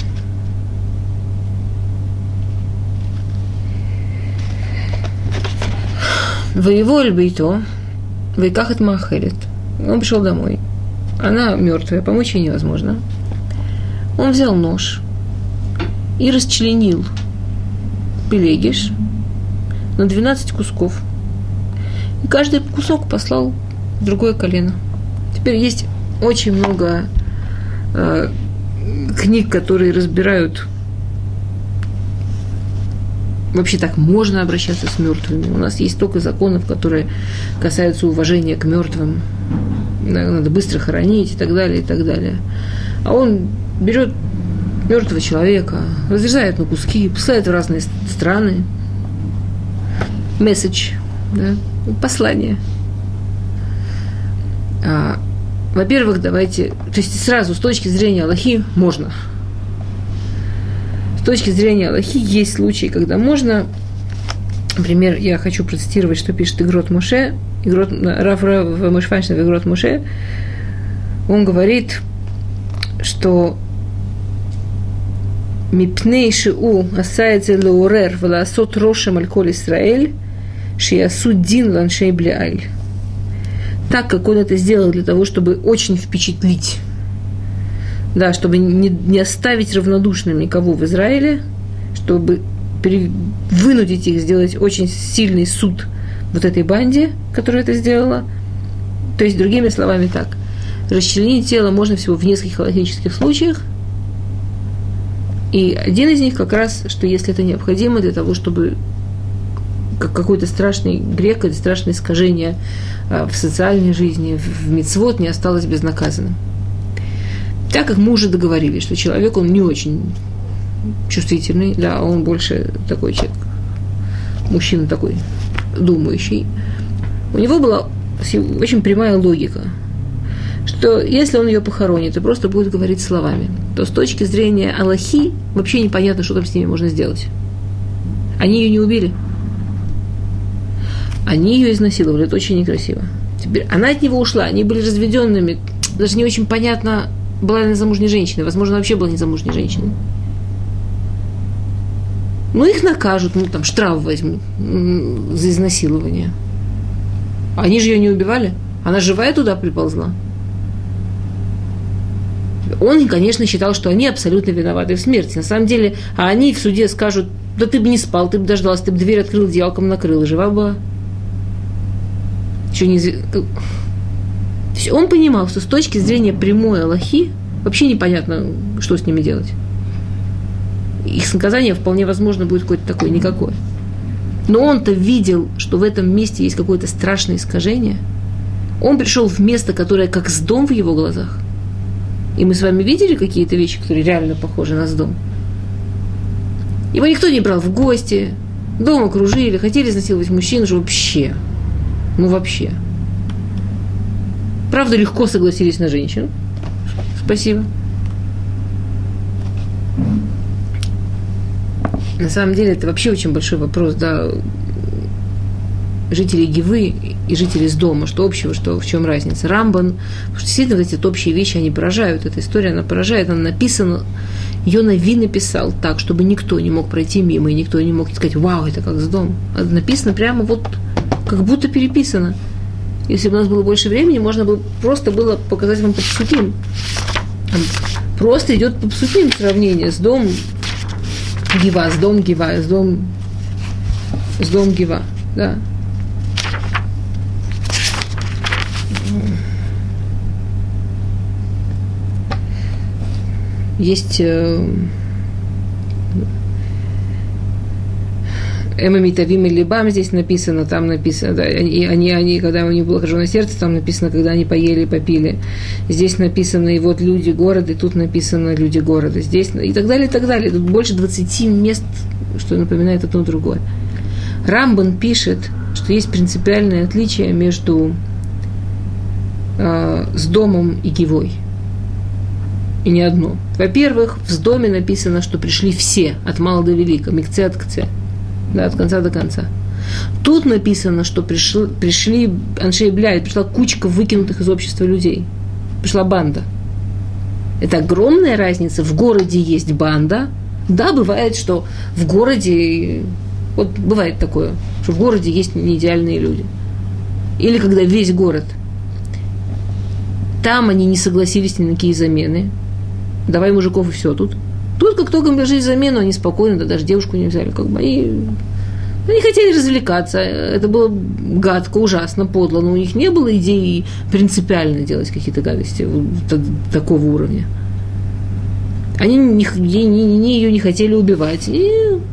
Воеволь бейто, вейкахат махелет. Он пришел домой. Она мертвая, помочь ей невозможно. Он взял нож и расчленил пелегиш на двенадцать кусков. И каждый кусок послал в другое колено. Теперь есть очень много э, книг, которые разбирают, вообще так можно обращаться с мертвыми. У нас есть столько законов, которые касаются уважения к мертвым. Надо быстро хоронить и так далее, и так далее. А он берет мертвого человека, разрезает на куски, посылает в разные страны. Месседж, да, послание. А, во-первых, давайте, то есть сразу с точки зрения Аллахи можно. С точки зрения Аллахи есть случаи, когда можно. Например, я хочу процитировать, что пишет Игрот Моше, Игрот, Раф Рав Мышфаншин в Игрот Моше. Он говорит, что «Мипней шиу асайце леурер валасот рошем аль-коль Исраэль шиясу дин ланшей блеаль». Так, как он это сделал для того, чтобы очень впечатлить, да, чтобы не, не оставить равнодушным никого в Израиле, чтобы пере, вынудить их сделать очень сильный суд вот этой банде, которая это сделала. То есть, другими словами, так, расчленить тело можно всего в нескольких логических случаях, и один из них как раз, что если это необходимо для того, чтобы как какой-то страшный грех, какое-то страшное искажение в социальной жизни, в мицвот не осталось безнаказанным. Так как мы уже договорились, что человек, он не очень чувствительный, да, он больше такой человек, мужчина такой думающий, у него была очень прямая логика, что если он ее похоронит и просто будет говорить словами, то с точки зрения Аллахи вообще непонятно, что там с ними можно сделать. Они ее не убили. Они ее изнасиловали, это очень некрасиво. Теперь она от него ушла, они были разведенными, даже не очень понятно, была ли она замужней женщиной, возможно, вообще была не замужней женщиной. Ну, их накажут, ну, там, штраф возьмут за изнасилование. Они же ее не убивали, она живая туда приползла. Он, конечно, считал, что они абсолютно виноваты в смерти. На самом деле, а они в суде скажут да ты бы не спал, ты бы дождался, ты бы дверь открыл, одеялком накрыл, и жива была. Еще не... То есть он понимал, что с точки зрения прямой алахи вообще непонятно, что с ними делать. Их наказание вполне возможно будет какое-то такое, никакое. Но он-то видел, что в этом месте есть какое-то страшное искажение. Он пришел в место, которое как Сдом в его глазах. И мы с вами видели какие-то вещи, которые реально похожи на Сдом. Его никто не брал в гости, дом окружили, хотели изнасиловать мужчин, же вообще. Ну вообще. Правда, легко согласились на женщину. Спасибо. На самом деле, это вообще очень большой вопрос, да, жителей Гивы и жителей Сдома, что общего, что в чем разница. Рамбан, потому что действительно вот эти общие вещи, они поражают, эта история, она поражает, она написана, ее Нави написал так, чтобы никто не мог пройти мимо, и никто не мог сказать, вау, это как Сдом. А написано прямо вот, как будто переписано. Если бы у нас было больше времени, можно было просто было показать вам по псуким. Просто идет по псуким сравнение с дом Гива, с дом Гива, с дом, с дом Гива, да. Есть э, Эмамитавим и Либам здесь написано, там написано, да, и они, они, когда у них было хожу на сердце, там написано, когда они поели и попили. Здесь написано, и вот люди города, и тут написано люди города. Здесь, и так далее, и так далее. Тут больше двадцати мест, что напоминает одно другое. Рамбан пишет, что есть принципиальное отличие между э, Сдомом и Гивой. И не одно. Во-первых, в Сдоме написано, что пришли все, от мала до велика, микце от кце. Да, от конца до конца. Тут написано, что пришли, пришли Аншей Бляет, пришла кучка выкинутых из общества людей. Пришла банда. Это огромная разница. В городе есть банда. Да, бывает, что в городе... Вот бывает такое, что в городе есть неидеальные люди. Или когда весь город. Там они не согласились ни на какие замены. Давай мужиков и все тут. Тут, как только им предложили замену, они спокойно, да даже девушку не взяли. Как бы они, они хотели развлекаться. Это было гадко, ужасно, подло. Но у них не было идеи принципиально делать какие-то гадости вот такого уровня. Они не, не, не, ее не хотели убивать. И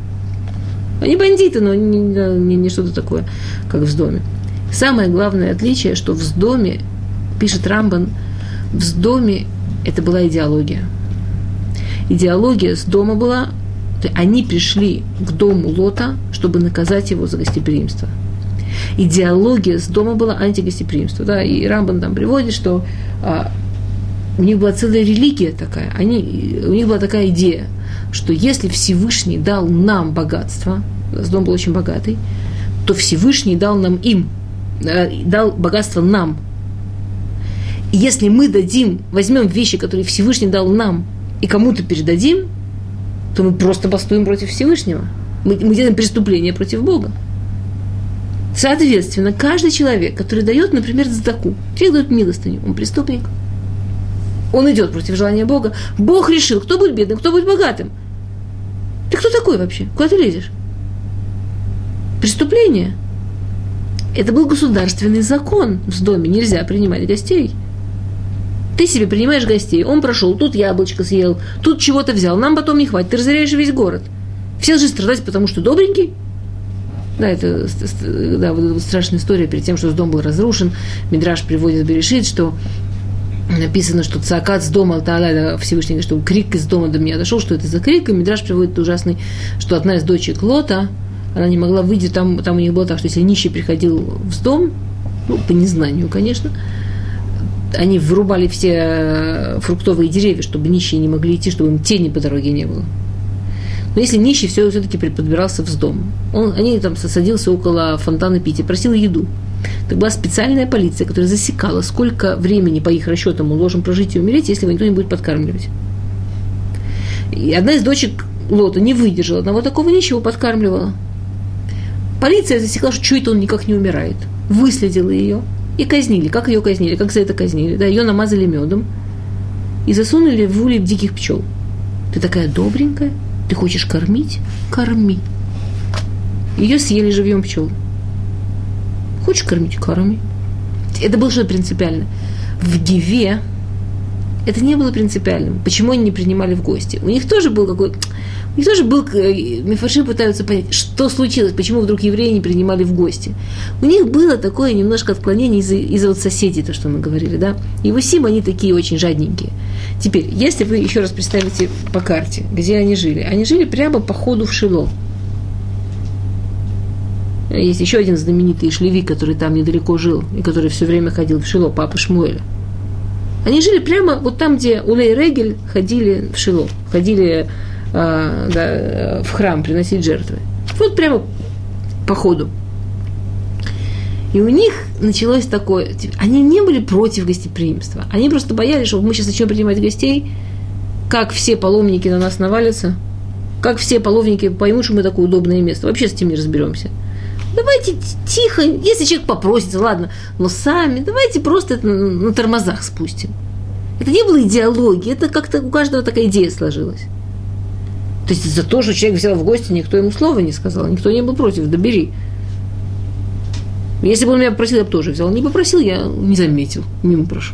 они бандиты, но не, не, не что-то такое, как в Сдоме. Самое главное отличие, что в Сдоме, пишет Рамбан, в Сдоме это была идеология. Идеология с дома была, они пришли к дому Лота, чтобы наказать его за гостеприимство. Идеология с дома была антигостеприимство. Да, и Рамбан там приводит, что а, у них была целая религия такая, они, у них была такая идея, что если Всевышний дал нам богатство, Сдом был очень богатый, то Всевышний дал нам им, дал богатство нам. И если мы дадим, возьмем вещи, которые Всевышний дал нам, и кому-то передадим, то мы просто бастуем против Всевышнего. Мы, мы делаем преступление против Бога. Соответственно, каждый человек, который дает, например, цдаку, человек дает милостыню, он преступник. Он идет против желания Бога. Бог решил, кто будет бедным, кто будет богатым. Ты кто такой вообще? Куда ты лезешь? Преступление. Это был государственный закон в Сдоме. Нельзя принимать гостей. Ты себе принимаешь гостей, он прошел, тут яблочко съел, тут чего-то взял, нам потом не хватит, ты разоряешь весь город. Все же страдать, потому что добренький. Да, это да, вот страшная история перед тем, что дом был разрушен. Мидраш приводит Берешит, что написано, что цакат с дома, Всевышний говорит, что крик из дома до меня дошел, что это за крик, и Мидраш приводит ужасный, что одна из дочек Лота, она не могла выйти, там, там у них было так, что если нищий приходил в дом, ну, по незнанию, конечно, они вырубали все фруктовые деревья, чтобы нищие не могли идти, чтобы им тени по дороге не было. Но если нищий все, все-таки подбирался в дом, он, они там садился около фонтана пить и просил еду. Так была специальная полиция, которая засекала, сколько времени по их расчетам он должен прожить и умереть, если его никто не будет подкармливать. И одна из дочек Лота не выдержала, одного такого нищего подкармливала. Полиция засекла, что это он никак не умирает. Выследила ее. И казнили. Как ее казнили? Как за это казнили? Да, ее намазали медом и засунули в улей диких пчел. Ты такая добренькая, Ты хочешь кормить? Корми. Ее съели живьем пчелы. Хочешь кормить? Корми. Это было что-то принципиально. В Гиве это не было принципиальным. Почему они не принимали в гости? У них тоже был какой-то... У них тоже был... Мифаршим пытаются понять, что случилось, почему вдруг евреи не принимали в гости. У них было такое немножко отклонение из-за, из-за вот соседей, то, что мы говорили, да. И в Усим они такие очень жадненькие. Теперь, если вы еще раз представите по карте, где они жили. Они жили прямо по ходу в Шило. Есть еще один знаменитый шлеви, который там недалеко жил, и который все время ходил в Шило, папа Шмуэля. Они жили прямо вот там, где Улей и Регель ходили в Шило, ходили а, да, в храм приносить жертвы. Вот прямо по ходу. И у них началось такое, они не были против гостеприимства, они просто боялись, что мы сейчас начнем принимать гостей, как все паломники на нас навалятся, как все паломники поймут, что мы такое удобное место, вообще с этим не разберемся. Давайте тихо, если человек попросится, ладно, но сами, давайте просто это на, на тормозах спустим. Это не было идеологии, это как-то у каждого такая идея сложилась. То есть за то, что человек взял в гости, никто ему слова не сказал, никто не был против, да бери. Если бы он меня попросил, я бы тоже взял. Не попросил, я не заметил, мимо прошел.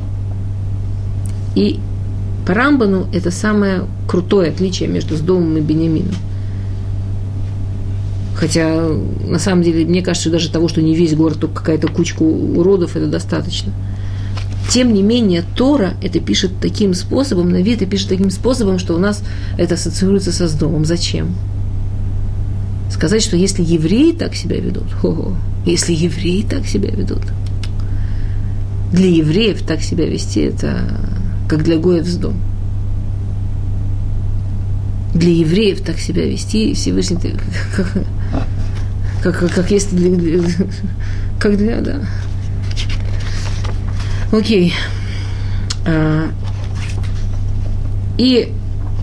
И по Рамбану это самое крутое отличие между Сдомом и Биньямином. Хотя, на самом деле, мне кажется, даже того, что не весь город, только какая-то кучка уродов, это достаточно. Тем не менее, Тора это пишет таким способом, Нави это пишет таким способом, что у нас это ассоциируется со Сдомом. Зачем? Сказать, что если евреи так себя ведут, хо-хо, если евреи так себя ведут, для евреев так себя вести, это как для гоев Сдом. Для евреев так себя вести, Всевышний, как, как, как, как если для, как для, да. Окей. А, и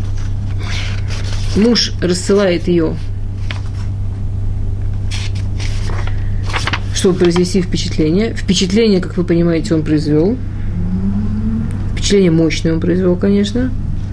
муж рассылает ее, чтобы произвести впечатление. Впечатление, как вы понимаете, он произвел. Впечатление мощное он произвел, конечно.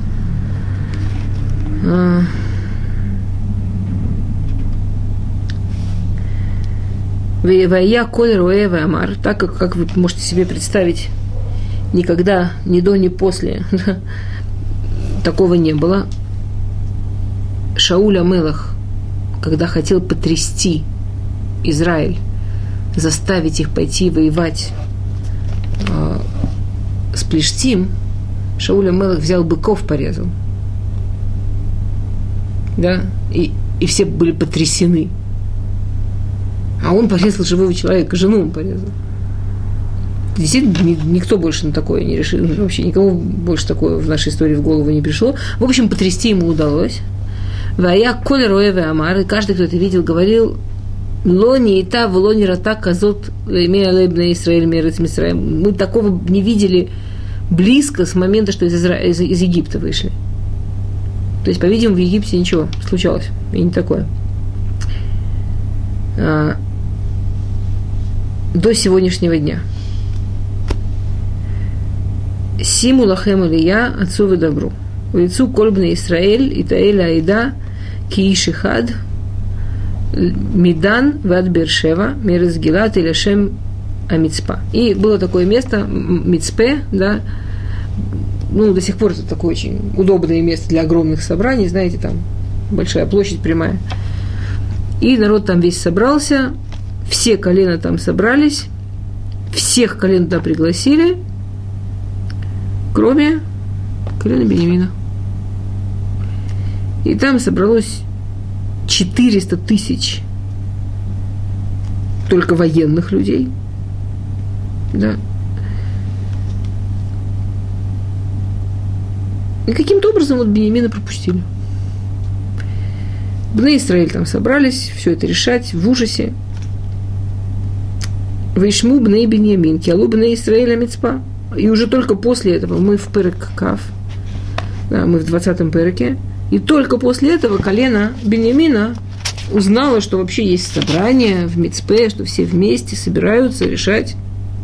Вая коль роэ амар, так как, как вы можете себе представить, никогда, ни до, ни после такого не было. Шауль ха-Мелах, когда хотел потрясти Израиль, заставить их пойти воевать э, с Плештим, Шауль ха-Мелах взял быков, порезал. Да, и, и все были потрясены. А он порезал живого человека, жену он порезал. Действительно, никто больше на такое не решил, вообще никому больше такое в нашей истории в голову не пришло. В общем, потрясти ему удалось. Вая коль роэ амар, и каждый, кто это видел, говорил: лони и та, в лони рата казот имея лебна Исраэль мерец Мисраэль. Мы такого не видели близко с момента, что из, Изра... из, из Египта вышли. То есть, по-видимому, в Египте ничего случалось, и не такое. А, до сегодняшнего дня. Симу лахем Илия, отцу вы добру. В лицу кольбна Исраэль, Итаэль Аида, Киишихад, Мидан, Вад Бершева, Мерез Гилат, Иляшем Амицпа. И было такое место, Мицпе, да, ну, до сих пор это такое очень удобное место для огромных собраний, знаете, там большая площадь прямая. И народ там весь собрался, все колена там собрались, всех колен туда пригласили, кроме колена Беньямина. И там собралось четыреста тысяч только военных людей, да. И каким-то образом вот Беньямина пропустили. Бней Исраэль там собрались, все это решать в ужасе. Вейшму Бней Беньямин, Киалу Бней Исраэль Амицпа. И уже только после этого мы в Перек Кав, да, мы в двадцатом Переке, и только после этого колено Беньямина узнало, что вообще есть собрание в Мицпе, что все вместе собираются решать.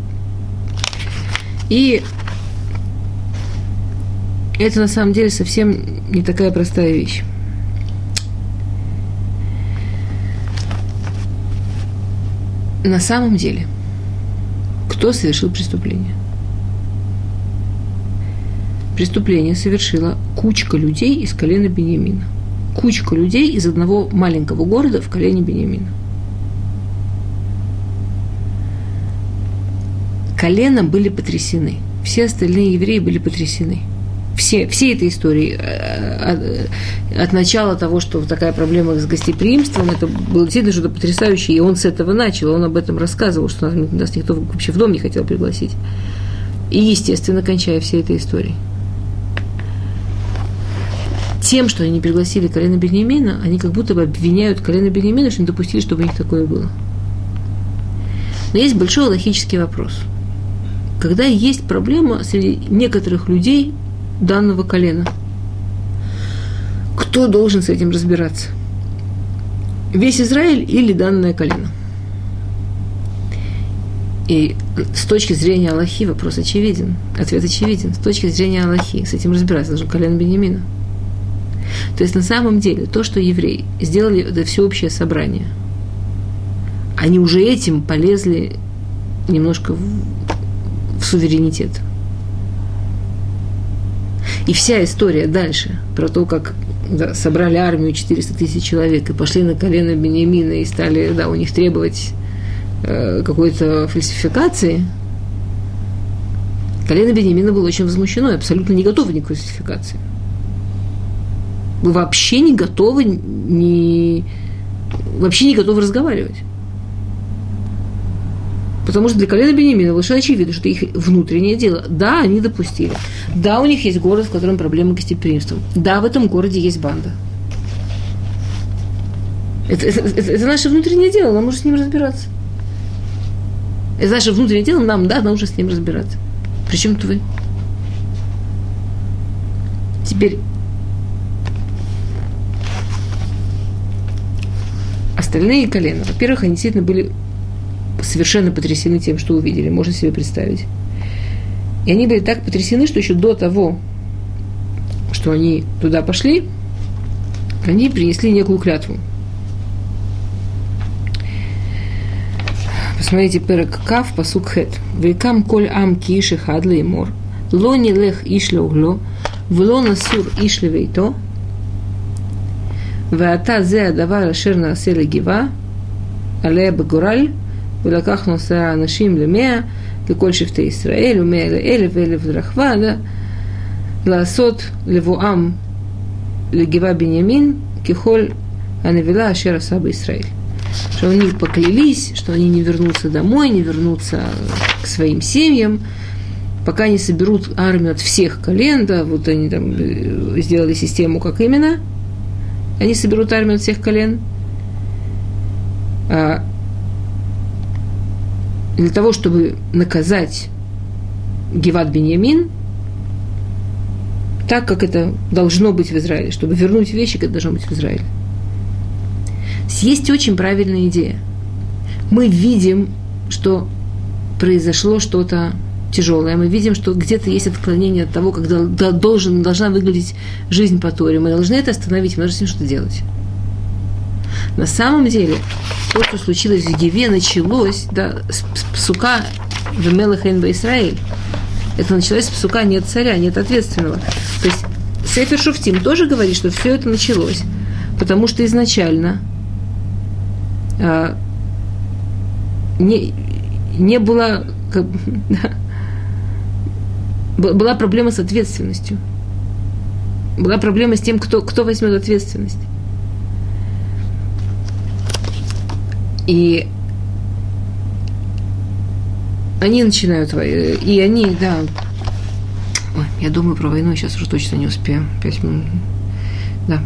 И это на самом деле совсем не такая простая вещь. на самом деле, кто совершил преступление? Преступление совершила кучка людей из колена Биньямина. Кучка людей из одного маленького города в колене Биньямина. Колена были потрясены. Все остальные евреи были потрясены. Все, все этой истории от, от начала того, что такая проблема с гостеприимством, это было действительно что-то потрясающее, и он с этого начал, он об этом рассказывал, что нас, нас никто вообще в дом не хотел пригласить. И, естественно, кончая всей этой историей. Тем, что они не пригласили колено Биньямина, они как будто бы обвиняют колено Биньямина, что не допустили, чтобы у них такое было. Но есть большой логический вопрос. Когда есть проблема среди некоторых людей данного колена, кто должен с этим разбираться? Весь Израиль или данное колено? И с точки зрения Аллахи вопрос очевиден, ответ очевиден. С точки зрения Аллахи с этим разбираться должен колено Биньямина. То есть на самом деле то, что евреи сделали это всеобщее собрание, они уже этим полезли немножко в, в суверенитет. И вся история дальше про то, как да, собрали армию четыреста тысяч человек и пошли на колено Биньямина и стали да, у них требовать э, какой-то фальсификации, колено Биньямина было очень возмущено и абсолютно не готово к никакой фальсификации. Вы вообще не готовы, не, вообще не готовы разговаривать. Потому что для колена Биньямина совершенно очевидно, что это их внутреннее дело. Да, они допустили. Да, у них есть город, в котором проблемы с гостеприимством. Да, в этом городе есть банда. Это, это, это, это наше внутреннее дело, нам нужно с ним разбираться. Это наше внутреннее дело, нам, да, нужно с ним разбираться. Причем тут вы? Теперь остальные колена, во-первых, они действительно были совершенно потрясены тем, что увидели, можно себе представить. И они были так потрясены, что еще до того, что они туда пошли, они принесли некую клятву. Посмотрите, перек кав, пасук хет. Векам коль ам киши хадла и мор. Ло не лех ишле угло, вло насур ишле вейто. ואתה זה הדבר אשר נעשה לגבעה, עליה בגורל, ולקחנו עשרה אנשים למאה, לכל שבטי ישראל, ומאה לאלף ואלף לרחבה, לעשות לבואם לגבעה בנימין, ככל הנבלה אשר עשה בישראל. Что они поклялись, что они не вернутся домой, не вернутся к своим семьям, пока не соберут армию от всех колен, да, вот они там сделали систему, как именно, они соберут армию от всех колен. А для того, чтобы наказать Гиват Биньямин, так, как это должно быть в Израиле, чтобы вернуть вещи, как это должно быть в Израиле. Есть очень правильная идея. Мы видим, что произошло что-то тяжелое. Мы видим, что где-то есть отклонение от того, как должен, должна выглядеть жизнь по Торе. Мы должны это остановить, мы должны с ним что-то делать. На самом деле, то, что случилось в Гиве, началось да, с псука в Мелех эйн бе-Исраэль. Это началось с псука «нет царя», «нет ответственного». То есть Сефер Шуфтим тоже говорит, что все это началось, потому что изначально а, не, не было... Как, да, была проблема с ответственностью. Была проблема с тем, кто, кто возьмет ответственность. И они начинают, и они, да, ой, я думаю про войну, сейчас уже точно не успею. Пять минут, да.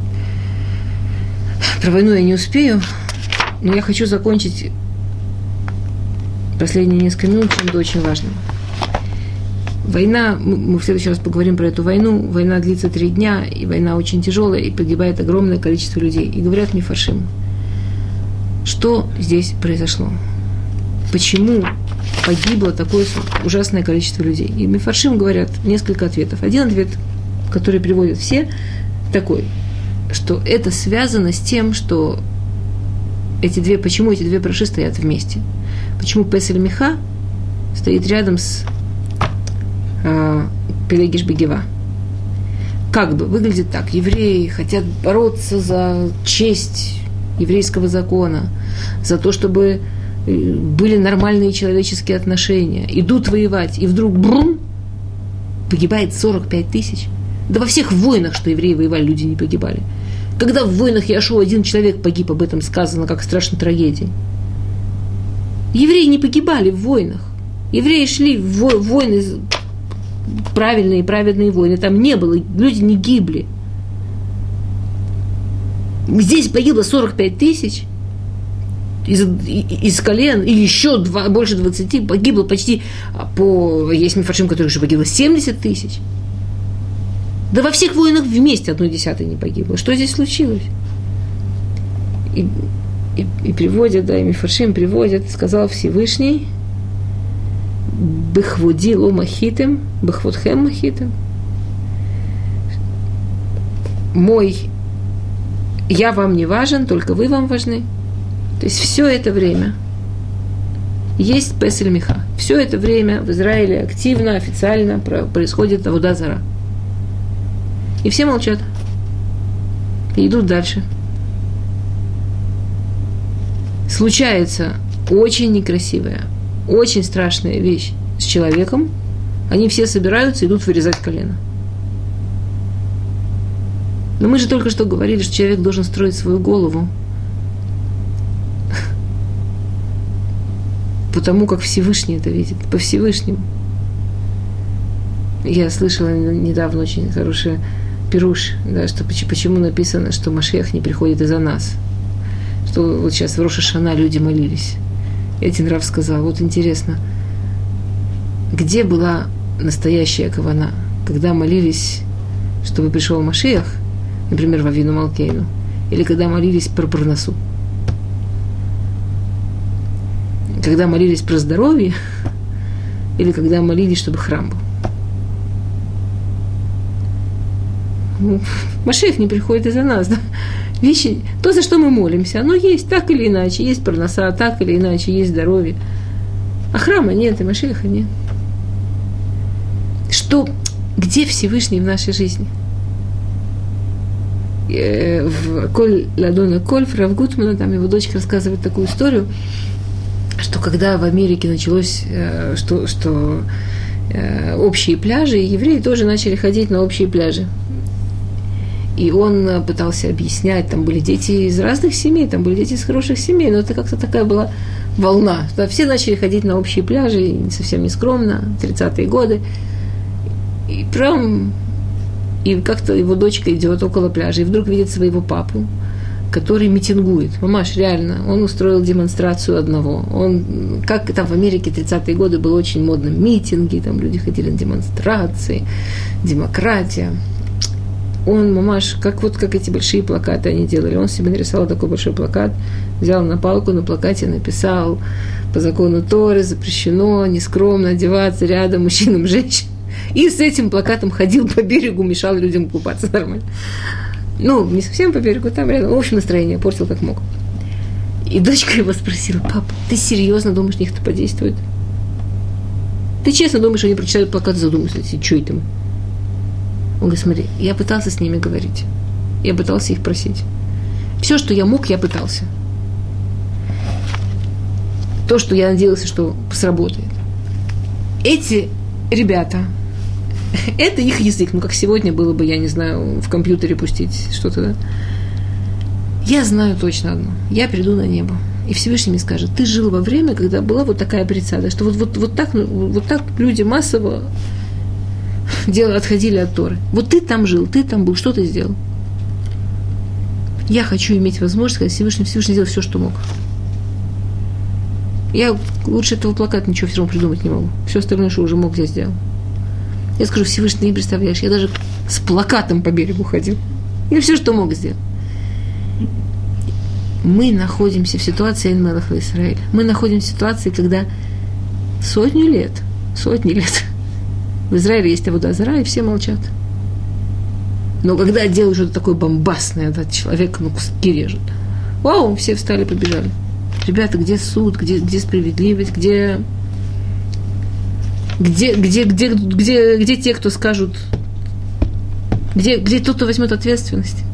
Про войну я не успею, но я хочу закончить последние несколько минут чем-то очень важным. Война, мы в следующий раз поговорим про эту войну, война длится три дня, и война очень тяжелая, и погибает огромное количество людей. И говорят мифаршим, что здесь произошло? Почему погибло такое ужасное количество людей? И мифаршим говорят несколько ответов. Один ответ, который приводят все, такой, что это связано с тем, что эти две, почему эти две параши стоят вместе? Почему Песель Миха стоит рядом с э, Пелегиш Бегева? Как бы выглядит так. Евреи хотят бороться за честь еврейского закона, за то, чтобы были нормальные человеческие отношения. Идут воевать, и вдруг брум, погибает сорок пять тысяч. Да во всех войнах, что евреи воевали, люди не погибали. Когда в войнах Яшуа один человек погиб, об этом сказано, как страшной трагедии. Евреи не погибали в войнах. Евреи шли в войны, правильные, праведные войны. Там не было, люди не гибли. Здесь погибло сорок пять тысяч из, из колен, и еще два, больше двадцати погибло почти по... Есть мифаршим, который уже погибло семьдесят тысяч. Да во всех войнах вместе одной десятой не погибло. Что здесь случилось? И, и, и приводят, да, и мифаршим приводят, сказал Всевышний, «Бехвуди ло махитем, бехвудхем махитем». Мой «Я вам не важен, только вы вам важны». То есть все это время есть Песель Миха. Все это время в Израиле активно, официально происходит авода зара. И все молчат. И идут дальше. Случается очень некрасивая, очень страшная вещь с человеком. Они все собираются, идут вырезать колено. Но мы же только что говорили, что человек должен строить свою голову потому, как Всевышний это видит, по Всевышнему. Я слышала недавно очень хороший пируш, да, что почему написано, что Машиах не приходит из-за нас. Что вот сейчас в Рош ха-Шана люди молились. И один рав сказал, вот интересно, где была настоящая кавана, когда молились, чтобы пришел Машиах, например, во Авину Малкейну, или когда молились про парнасу, когда молились про здоровье, или когда молились, чтобы храм был. Ну, Машиах не приходит из-за нас, да? Вещи, то, за что мы молимся, оно есть так или иначе, есть парноса, так или иначе, есть здоровье. А храма нет, и Машиаха нет. Что, где Всевышний в нашей жизни? В Коль Ладона Кольф, Рав Гутмана, там его дочка рассказывает такую историю, что когда в Америке началось, что, что общие пляжи, евреи тоже начали ходить на общие пляжи. И он пытался объяснять, там были дети из разных семей, там были дети из хороших семей, но это как-то такая была волна. Да, все начали ходить на общие пляжи, совсем не скромно, тридцатые годы. И прям, и как-то его дочка идет около пляжа, и вдруг видит своего папу, который митингует. Мамаш, реально, он устроил демонстрацию одного. Он, как там в Америке тридцатые годы было очень модно, митинги, там люди ходили на демонстрации, демократия. Он, мамаш, как вот как эти большие плакаты они делали, он себе нарисовал такой большой плакат, взял на палку, на плакате написал: по закону Торы запрещено нескромно одеваться рядом мужчинам, женщинам. И с этим плакатом ходил по берегу, мешал людям купаться нормально. Ну, не совсем по берегу, там рядом. В общем, настроение портил как мог. И дочка его спросила: папа, ты серьезно думаешь, на них это подействует? Ты честно думаешь, что они прочитают плакат и задумаются, что это? Он говорит: смотри, я пытался с ними говорить. Я пытался их просить. Все, что я мог, я пытался. То, что я надеялся, что сработает. Эти ребята, это их язык. Ну, как сегодня было бы, я не знаю, в компьютере пустить что-то, да? Я знаю точно одно. Я приду на небо. И Всевышний мне скажет: ты жил во время, когда была вот такая прицада, что вот, вот, вот, так, вот так люди массово делали, отходили от Торы. Вот ты там жил, ты там был, что ты сделал? Я хочу иметь возможность сказать: Всевышний, Всевышний сделал все, что мог. Я лучше этого плаката ничего все равно придумать не могу. Все остальное, что уже мог, я сделал. Я скажу: Всевышний, ты не представляешь, я даже с плакатом по берегу ходил. Я все, что мог, сделал. Мы находимся в ситуации Эйн Мелех ва-Исраэль. Мы находимся в ситуации, когда сотни лет, сотни лет в Израиле есть авода зара, и все молчат. Но когда делают что-то такое бомбастное, да, человек ну, куски режет. Вау, все встали, побежали. Ребята, где суд, где, где справедливость, где, где, где, где, где, где те, кто скажут, где, где тот, кто возьмет ответственность?